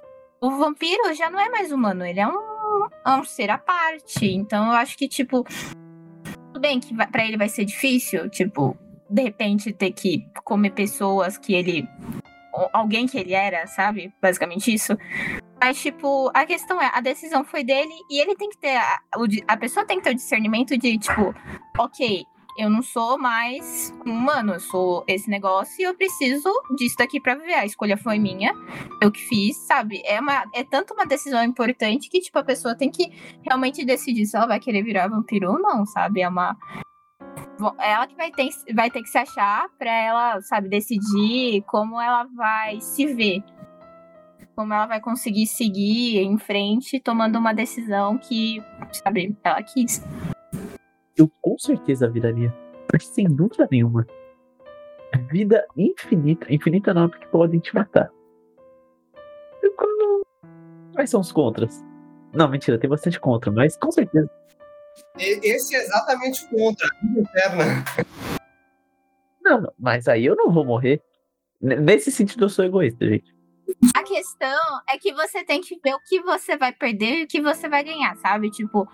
o vampiro já não é mais humano, ele é um ser à parte. Então, eu acho que, tipo, tudo bem que pra ele vai ser difícil, tipo... de repente ter que comer pessoas que ele... alguém que ele era, sabe? Basicamente isso. Mas, tipo, a questão é, a decisão foi dele e ele tem que ter... A pessoa tem que ter o discernimento de, tipo... Ok, eu não sou mais um humano, eu sou esse negócio e eu preciso disso daqui pra viver. A escolha foi minha, eu que fiz, sabe? É tanto uma decisão importante que, tipo, a pessoa tem que realmente decidir se ela vai querer virar vampiro ou não, sabe? Ela que vai ter que se achar pra ela, sabe, decidir como ela vai se ver. Como ela vai conseguir seguir em frente, tomando uma decisão que, sabe, ela quis. Eu com certeza viraria. Mas sem dúvida nenhuma. Vida infinita. Infinita não, porque podem te matar. Quais são os contras? Não, mentira, tem bastante contra, mas com certeza. Esse é exatamente contra a vida eterna. Não, mas aí eu não vou morrer. Nesse sentido, eu sou egoísta, gente. A questão é que você tem que ver o que você vai perder e o que você vai ganhar, sabe? Tipo,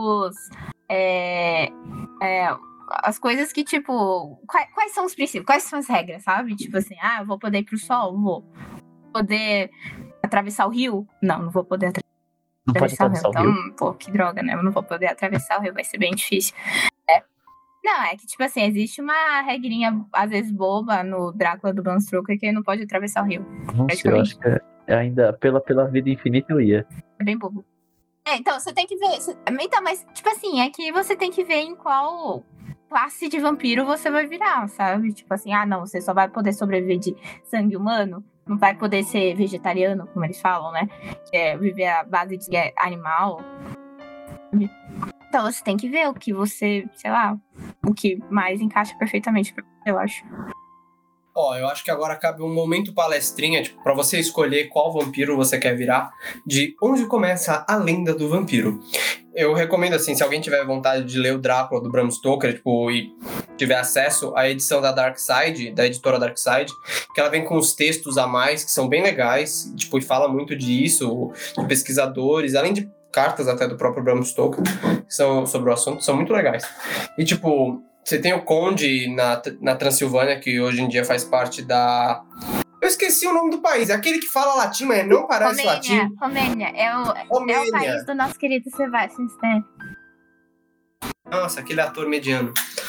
as coisas que, tipo... Quais são os princípios? Quais são as regras, sabe? Tipo assim, eu vou poder ir pro sol? Vou. Poder atravessar o rio? Não vou poder Não pode atravessar o rio. Então, pô, que droga, né? Eu não vou poder atravessar o rio, vai ser bem difícil. Não, é que, tipo assim, existe uma regrinha, às vezes, boba no Drácula do Bram Stoker que ele não pode atravessar o rio. Nossa, eu acho que ainda pela vida infinita eu ia. É bem bobo. Então, você tem que ver... Então, mas, tipo assim, é que você tem que ver em qual classe de vampiro você vai virar, sabe? Tipo assim, não, você só vai poder sobreviver de sangue humano, não vai poder ser vegetariano, como eles falam, né? Que é viver à base de animal. Então você tem que ver o que você, sei lá, o que mais encaixa perfeitamente, eu acho. Ó, eu acho que agora cabe um momento palestrinha, tipo, pra você escolher qual vampiro você quer virar, de onde começa a lenda do vampiro. Eu recomendo, assim, se alguém tiver vontade de ler o Drácula do Bram Stoker, tipo, e tiver acesso à edição da Dark Side, da editora Dark Side, que ela vem com os textos a mais, que são bem legais, tipo, e fala muito disso, de pesquisadores, além de cartas até do próprio Bram Stoker, que são sobre o assunto, são muito legais. E, tipo, você tem o Conde na Transilvânia, que hoje em dia faz parte da... Eu esqueci o nome do país. É aquele que fala latim, mas não parece latim. Romênia. É o país do nosso querido Sebastian Stan. Nossa, aquele ator mediano.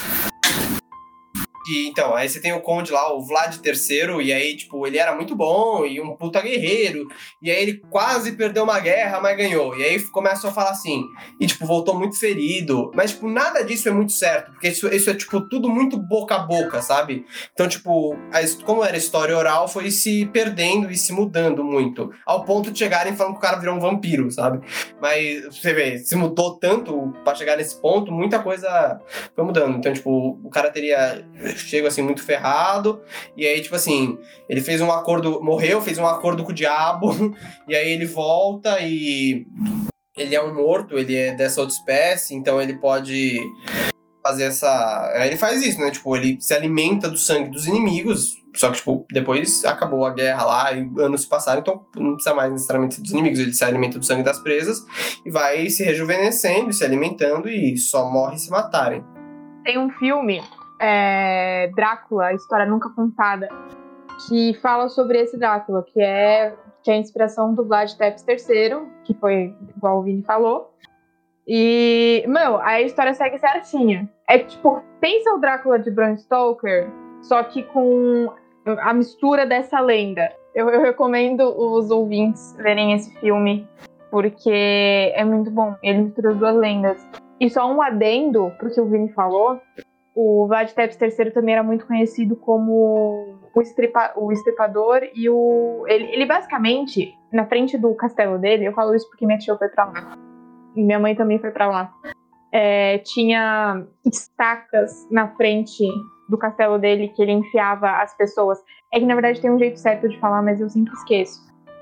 E, então, aí você tem o Conde lá, o Vlad III, e aí, tipo, ele era muito bom e um puta guerreiro, e aí ele quase perdeu uma guerra, mas ganhou. E aí começam a falar assim, e, tipo, voltou muito ferido. Mas, tipo, nada disso é muito certo, porque isso é, tipo, tudo muito boca a boca, sabe? Então, tipo, como era história oral, foi se perdendo e se mudando muito, ao ponto de chegarem falando que o cara virou um vampiro, sabe? Mas, você vê, se mudou tanto pra chegar nesse ponto, muita coisa foi mudando. Então, tipo, o cara chega assim muito ferrado, e aí tipo assim, ele fez um acordo, morreu, fez um acordo com o diabo, e aí ele volta e ele é um morto, ele é dessa outra espécie, então ele pode fazer essa... Aí ele faz isso, né, tipo, ele se alimenta do sangue dos inimigos, só que tipo, depois acabou a guerra lá e anos se passaram, então não precisa mais necessariamente dos inimigos, ele se alimenta do sangue das presas e vai se rejuvenescendo, se alimentando e só morre se matarem. Tem um filme, Drácula, a História Nunca Contada, que fala sobre esse Drácula, que é a inspiração do Vlad Tepes III, que foi igual o Vini falou. E, a história segue certinha. É tipo, pensa o Drácula de Bram Stoker, só que com a mistura dessa lenda. Eu recomendo os ouvintes verem esse filme, porque é muito bom. Ele mistura as duas lendas. E só um adendo pro que o Vini falou, o Vlad Tepes III também era muito conhecido como o estripador e ele basicamente, na frente do castelo dele, eu falo isso porque minha tia foi pra lá, e minha mãe também foi pra lá, tinha estacas na frente do castelo dele que ele enfiava as pessoas. É que na verdade tem um jeito certo de falar, mas eu sempre esqueço.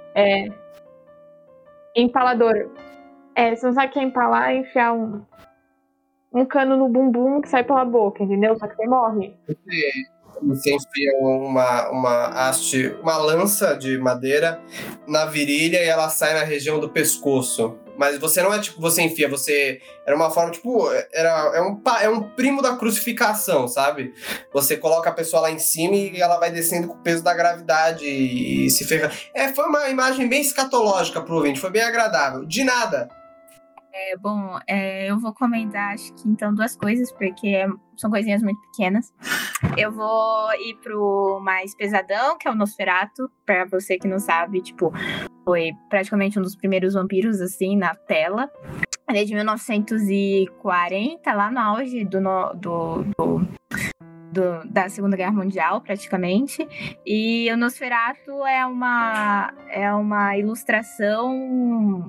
Empalador. Você não sabe o que é empalar, é enfiar um cano no bumbum que sai pela boca, entendeu? Só que você morre. Você enfia uma haste, uma lança de madeira na virilha e ela sai na região do pescoço. Mas você não é tipo, você enfia, você... Era uma forma, tipo, é um primo da crucificação, sabe? Você coloca a pessoa lá em cima e ela vai descendo com o peso da gravidade e se ferra. Foi uma imagem bem escatológica pro ouvinte, foi bem agradável. De nada. Eu vou comentar, acho que então, duas coisas, porque são coisinhas muito pequenas. Eu vou ir pro mais pesadão, que é o Nosferatu, pra você que não sabe, tipo, foi praticamente um dos primeiros vampiros, assim, na tela. Ele é de 1940, lá no auge da Segunda Guerra Mundial, praticamente. E o Nosferatu é uma ilustração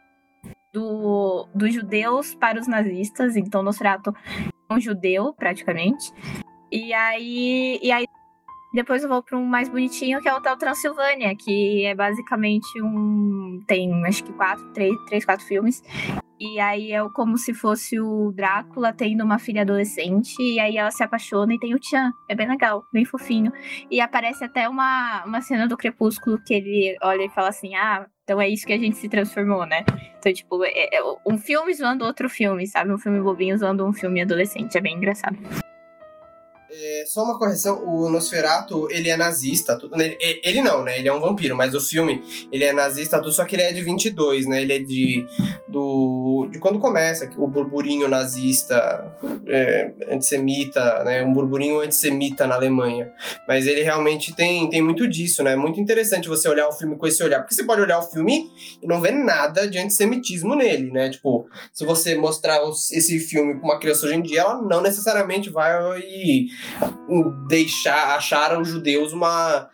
dos judeus para os nazistas. Então, Nosferatu é um judeu, praticamente. E aí depois eu vou para um mais bonitinho, que é o Hotel Transilvânia, que é basicamente tem acho que 4 filmes. E aí é como se fosse o Drácula tendo uma filha adolescente, e aí ela se apaixona e tem o Tchan. É bem legal, bem fofinho. E aparece até uma cena do Crepúsculo que ele olha e fala assim, então é isso que a gente se transformou, né? Então, tipo, um filme zoando outro filme, sabe? Um filme bobinho zoando um filme adolescente. É bem engraçado. Só uma correção, o Nosferatu, ele é nazista, ele não, né, ele é um vampiro, mas o filme, ele é nazista, só que ele é de 22, né, ele é de quando começa, o burburinho nazista, antissemita, né, um burburinho antissemita na Alemanha, mas ele realmente tem muito disso, né, muito interessante você olhar o filme com esse olhar, porque você pode olhar o filme e não ver nada de antissemitismo nele, né, tipo, se você mostrar esse filme pra uma criança hoje em dia, ela não necessariamente vai achar os judeus uma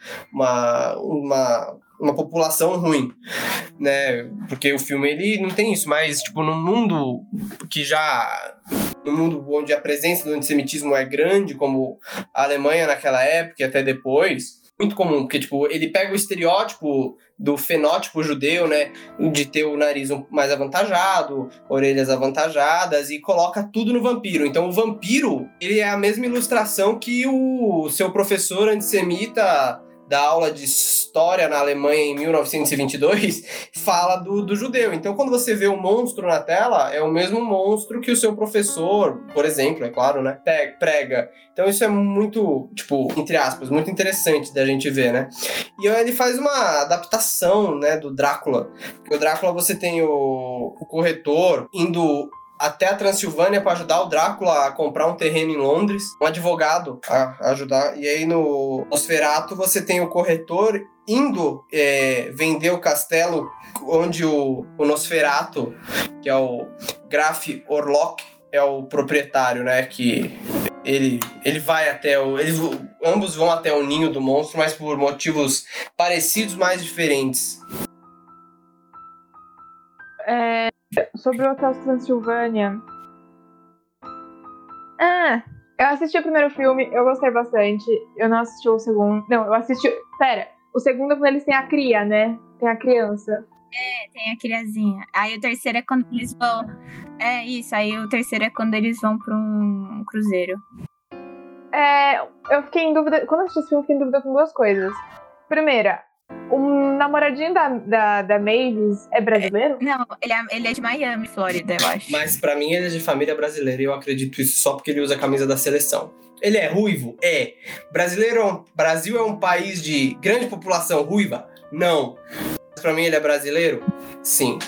população ruim, né? Porque o filme, ele não tem isso, mas, tipo, num mundo que já num mundo onde a presença do antissemitismo é grande, como a Alemanha naquela época e até depois, muito comum, porque, tipo, ele pega o estereótipo do fenótipo judeu, né, de ter o nariz mais avantajado, orelhas avantajadas, e coloca tudo no vampiro. Então, o vampiro, ele é a mesma ilustração que o seu professor antissemita da aula de história na Alemanha em 1922, fala do judeu. Então, quando você vê um monstro na tela, é o mesmo monstro que o seu professor, por exemplo, é claro, né, prega. Então, isso é muito, tipo, entre aspas, muito interessante da gente ver, né? E ele faz uma adaptação, né, do Drácula. Porque o Drácula, você tem o corretor indo até a Transilvânia para ajudar o Drácula a comprar um terreno em Londres, um advogado a ajudar. E aí no Nosferatu você tem o corretor indo vender o castelo onde o Nosferatu, que é o Graf Orlok, é o proprietário, né, que ele vai até ambos vão até o ninho do monstro, mas por motivos parecidos, mas diferentes. Sobre o Hotel Transilvânia. Eu assisti o primeiro filme, eu gostei bastante. Eu não assisti o segundo. Não, eu assisti. Pera, o segundo é quando eles têm a cria, né? Tem a criança. Tem a criazinha. Aí o terceiro é quando eles vão. É isso, aí o terceiro é quando eles vão pra um cruzeiro. Eu fiquei em dúvida. Quando eu assisti esse filme, eu fiquei em dúvida com duas coisas. Primeira, o namoradinho da Mavis é brasileiro? Não, ele é de Miami, Flórida, eu acho. Mas pra mim ele é de família brasileira e eu acredito isso só porque ele usa a camisa da seleção. Ele é ruivo? É. Brasil é um país de grande população ruiva? Não. Mas pra mim ele é brasileiro? Sim.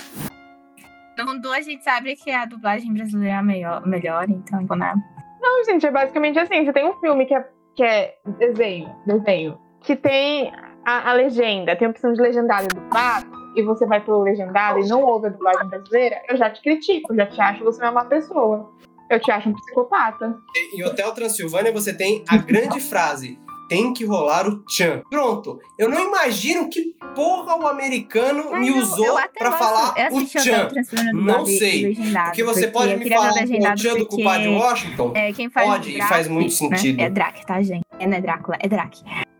No mundo a gente sabe que a dublagem brasileira é a melhor, então não vou nada. Não, gente, é basicamente assim. Você tem um filme que é desenho, que tem a legenda, tem a opção de legendado e dublado, e você vai pelo legendado e não ouve a dublagem brasileira, eu já te critico, eu já te acho você é uma má pessoa. Eu te acho um psicopata. Em Hotel Transilvânia você tem a grande frase: tem que rolar o tchan. Pronto. Eu não imagino que porra o americano me usou pra falar o tchan. Não sei. Porque você pode me falar o tchan do culpado de Washington? Quem faz pode, e faz muito sentido. Né? É Drac, tá, gente? Não é Drácula, é Drac.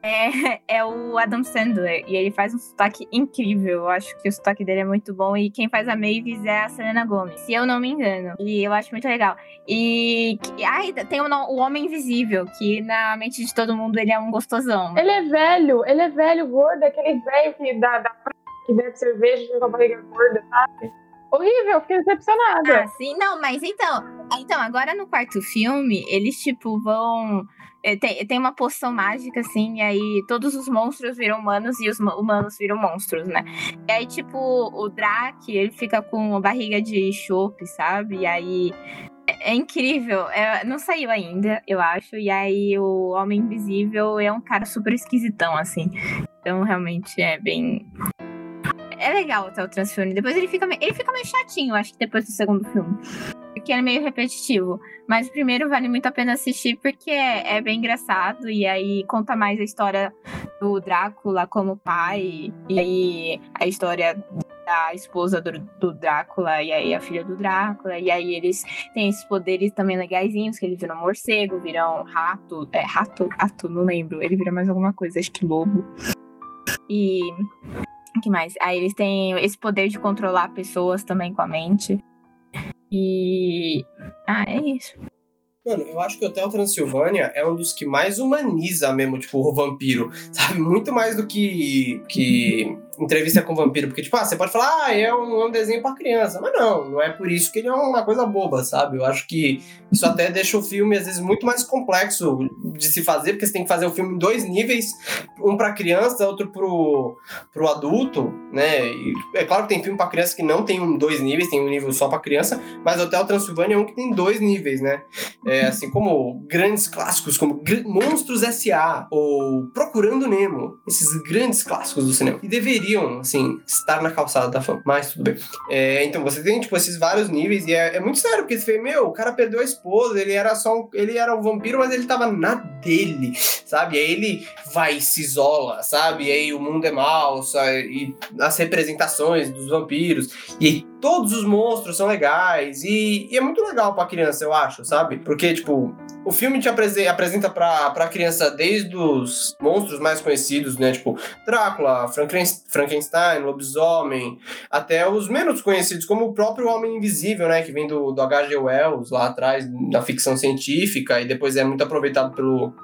É o Adam Sandler, e ele faz um sotaque incrível. Eu acho que o sotaque dele é muito bom. E quem faz a Mavis é a Selena Gomez, se eu não me engano. E eu acho muito legal. E tem o Homem Invisível, que na mente de todo mundo ele é um gostosão. Ele é velho, gordo, aquele velho que bebe cerveja e com a barriga gorda, sabe? Horrível, fiquei decepcionada. Sim, não, mas então, agora no quarto filme, eles, tipo, vão... Tem uma poção mágica, assim, e aí todos os monstros viram humanos e os humanos viram monstros, né? E aí, tipo, o Drac, ele fica com a barriga de chope, sabe? E aí... É incrível. Não saiu ainda, eu acho. E aí, o Homem Invisível é um cara super esquisitão, assim. Então, realmente, é bem... É legal até o Transfilme. Depois ele fica meio chatinho, acho que depois do segundo filme. Porque é meio repetitivo. Mas o primeiro vale muito a pena assistir porque é bem engraçado. E aí conta mais a história do Drácula como pai. E aí a história da esposa do Drácula e aí a filha do Drácula. E aí eles têm esses poderes também legaisinhos, que eles viram morcego, viram rato. Rato, não lembro. Ele vira mais alguma coisa, acho que lobo. E... o que mais? Aí eles têm esse poder de controlar pessoas também com a mente. E... é isso. Mano, eu acho que o Hotel Transilvânia é um dos que mais humaniza mesmo, tipo, o vampiro, sabe? Muito mais do que Entrevista com o Vampiro. Porque, tipo, você pode falar, é um desenho pra criança. Mas não é por isso que ele é uma coisa boba, sabe? Eu acho que isso até deixa o filme, às vezes, muito mais complexo de se fazer, porque você tem que fazer o filme em 2 níveis, um pra criança, outro pro adulto, né? E é claro que tem filme pra criança que não tem 2 níveis, tem um nível só pra criança, mas Hotel Transilvânia é um que tem 2 níveis, né? Assim como grandes clássicos como Monstros S.A. ou Procurando Nemo, esses grandes clássicos do cinema, que deveriam, assim, estar na calçada da fama, mas tudo bem. Então você tem, tipo, esses vários níveis e é muito sério, porque você vê, o cara perdeu a esposa, ele era um vampiro, mas ele tava nadando dele, sabe? Aí ele vai e se isola, sabe? E aí o mundo é mau, e as representações dos vampiros, e aí todos os monstros são legais, e é muito legal pra criança, eu acho, sabe? Porque, tipo, o filme te apresenta pra criança desde os monstros mais conhecidos, né? Tipo, Drácula, Frankenstein, lobisomem, até os menos conhecidos, como o próprio Homem Invisível, né? Que vem do H.G. Wells, lá atrás, da ficção científica, e depois é muito aproveitado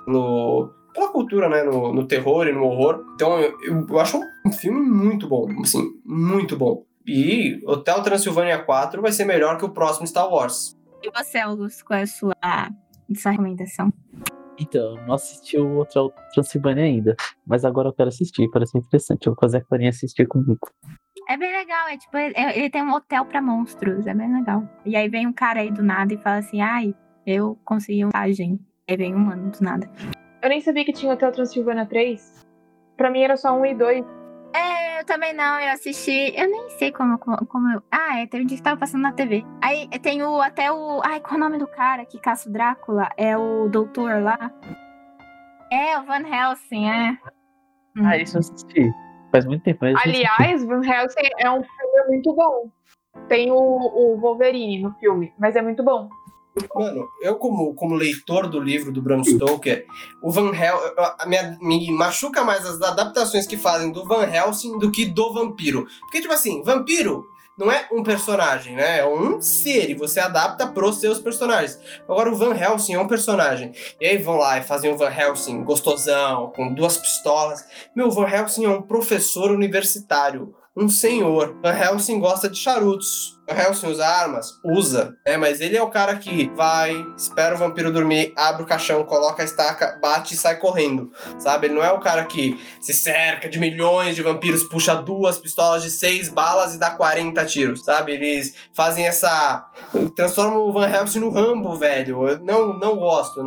pela cultura, né? No terror e no horror. Então, eu acho um filme muito bom, assim, muito bom. E Hotel Transilvânia 4 vai ser melhor que o próximo Star Wars. E você, Augusto, qual é a sua recomendação? Então, eu não assisti o Hotel Transilvânia ainda, mas agora eu quero assistir, parece interessante. Eu vou fazer a Clarinha assistir comigo. É bem legal, é tipo, ele tem um hotel pra monstros, é bem legal. E aí vem um cara aí do nada e fala assim, ai, eu consegui uma viagem. Aí vem um humano do nada. Eu nem sabia que tinha Hotel Transilvânia 3. Pra mim era só 1 e 2. Eu também não, eu assisti, eu nem sei como eu... teve um dia que tava passando na TV. Aí tem até o... Ai, qual é o nome do cara que caça o Drácula? É o doutor lá? É, o Van Helsing, é. Isso eu assisti. Faz muito tempo. Mas aliás, Van Helsing é um filme muito bom. Tem o Wolverine no filme, mas é muito bom. Mano, eu como leitor do livro do Bram Stoker, o Van Helsing me machuca mais as adaptações que fazem do Van Helsing do que do vampiro. Porque, tipo assim, vampiro não é um personagem, né? É um ser, e você adapta pros seus personagens. Agora o Van Helsing é um personagem. E aí vão lá e fazem o Van Helsing gostosão, com 2 pistolas. Meu, o Van Helsing é um professor universitário. Um senhor. Van Helsing gosta de charutos. Van Helsing usa armas? Usa. Mas ele é o cara que vai, espera o vampiro dormir, abre o caixão, coloca a estaca, bate e sai correndo. Sabe? Ele não é o cara que se cerca de milhões de vampiros, puxa 2 pistolas de 6 balas e dá 40 tiros. Sabe? Eles fazem transformam o Van Helsing no Rambo, velho. Eu não gosto.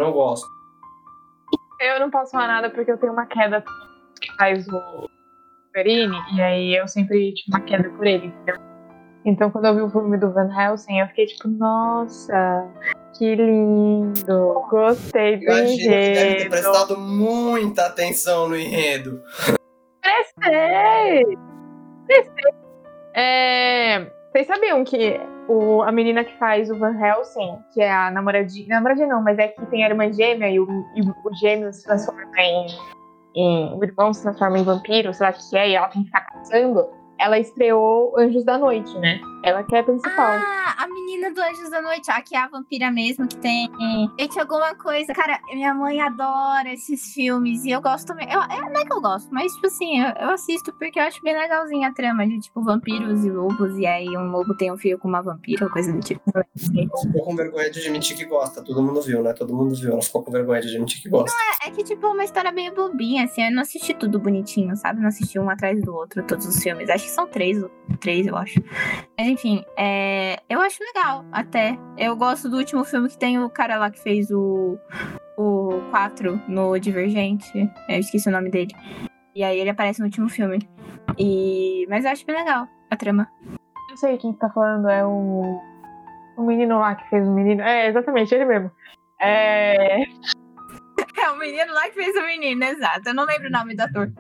Eu não posso falar nada porque eu tenho uma queda que faz o Wolverine, e aí eu sempre tive uma queda por ele, entendeu? Então quando eu vi o filme do Van Helsing, eu fiquei tipo, nossa, que lindo, gostei do Imagina que deve ter enredo. prestado muita atenção no enredo. Prestei. Vocês sabiam que a menina que faz o Van Helsing, que é a namoradinha não, mas é que tem a irmã gêmea e o gêmeo se transforma o irmão se transforma em vampiro, sei lá o que é, e ela tem que ficar caçando. Ela estreou Anjos da Noite, né? Ela que é a principal. A menina do Anjos da Noite, que é a vampira mesmo, que tem alguma coisa. Cara, minha mãe adora esses filmes e eu gosto também. Não é que eu gosto, mas, tipo assim, eu assisto porque eu acho bem legalzinha a trama de, tipo, vampiros e lobos, e aí um lobo tem um filho com uma vampira, ou coisa do tipo. Ficou com vergonha de admitir que gosta. Todo mundo viu, né? Todo mundo viu. Ela ficou com vergonha de admitir que gosta. Não, é que, tipo, é uma história meio bobinha, assim. Eu não assisti tudo bonitinho, sabe? Não assisti um atrás do outro, todos os filmes. Acho que são 3, eu acho. Mas, enfim, eu acho legal, até. Eu gosto do último filme que tem o cara lá que fez o 4 no Divergente. Eu esqueci o nome dele. E aí ele aparece no último filme. Mas eu acho bem legal a trama. Eu sei quem tá falando, é o menino lá que fez o menino. É, exatamente, ele mesmo. É o menino lá que fez o menino, exato. Eu não lembro o nome do ator.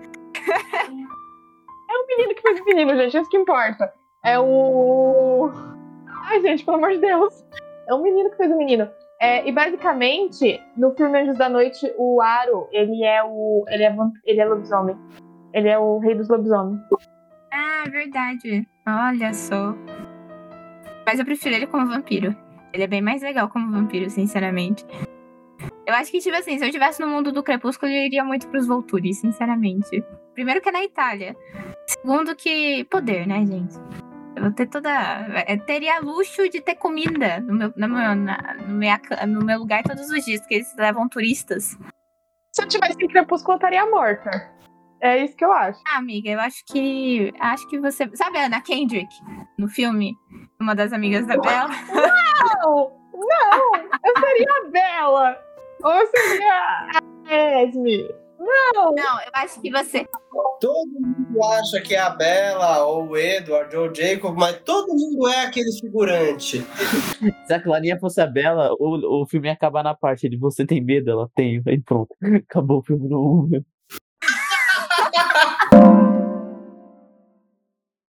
É o menino que fez o menino, gente, isso que importa. É o... Ai, gente, pelo amor de Deus. É o menino que fez o menino. E basicamente, no filme Anjos da Noite, o Aro, ele é lobisomem. Ele é o rei dos lobisomens. Ah, verdade. Olha só. Mas eu prefiro ele como vampiro. Ele é bem mais legal como vampiro, sinceramente. Eu acho que, tipo assim, se eu estivesse no mundo do Crepúsculo, eu iria muito pros Volturi, sinceramente. Primeiro que é na Itália. Segundo que... poder, né, gente? Eu vou ter teria luxo de ter comida no meu lugar todos os dias, porque eles levam turistas. Se eu tivesse em Crepúsculo, eu estaria morta. É isso que eu acho. Amiga, eu acho que você... Sabe a Anna Kendrick, no filme? Uma das amigas da Bella? Não! Eu seria a Bella! Ou eu seria a Esme? Não, eu acho que você. Todo mundo acha que é a Bella, ou o Edward, ou o Jacob, mas todo mundo é aquele figurante. Se a Clarinha fosse a Bella, o filme ia acabar na parte de você tem medo, ela tem. Aí pronto. Acabou o filme no 1.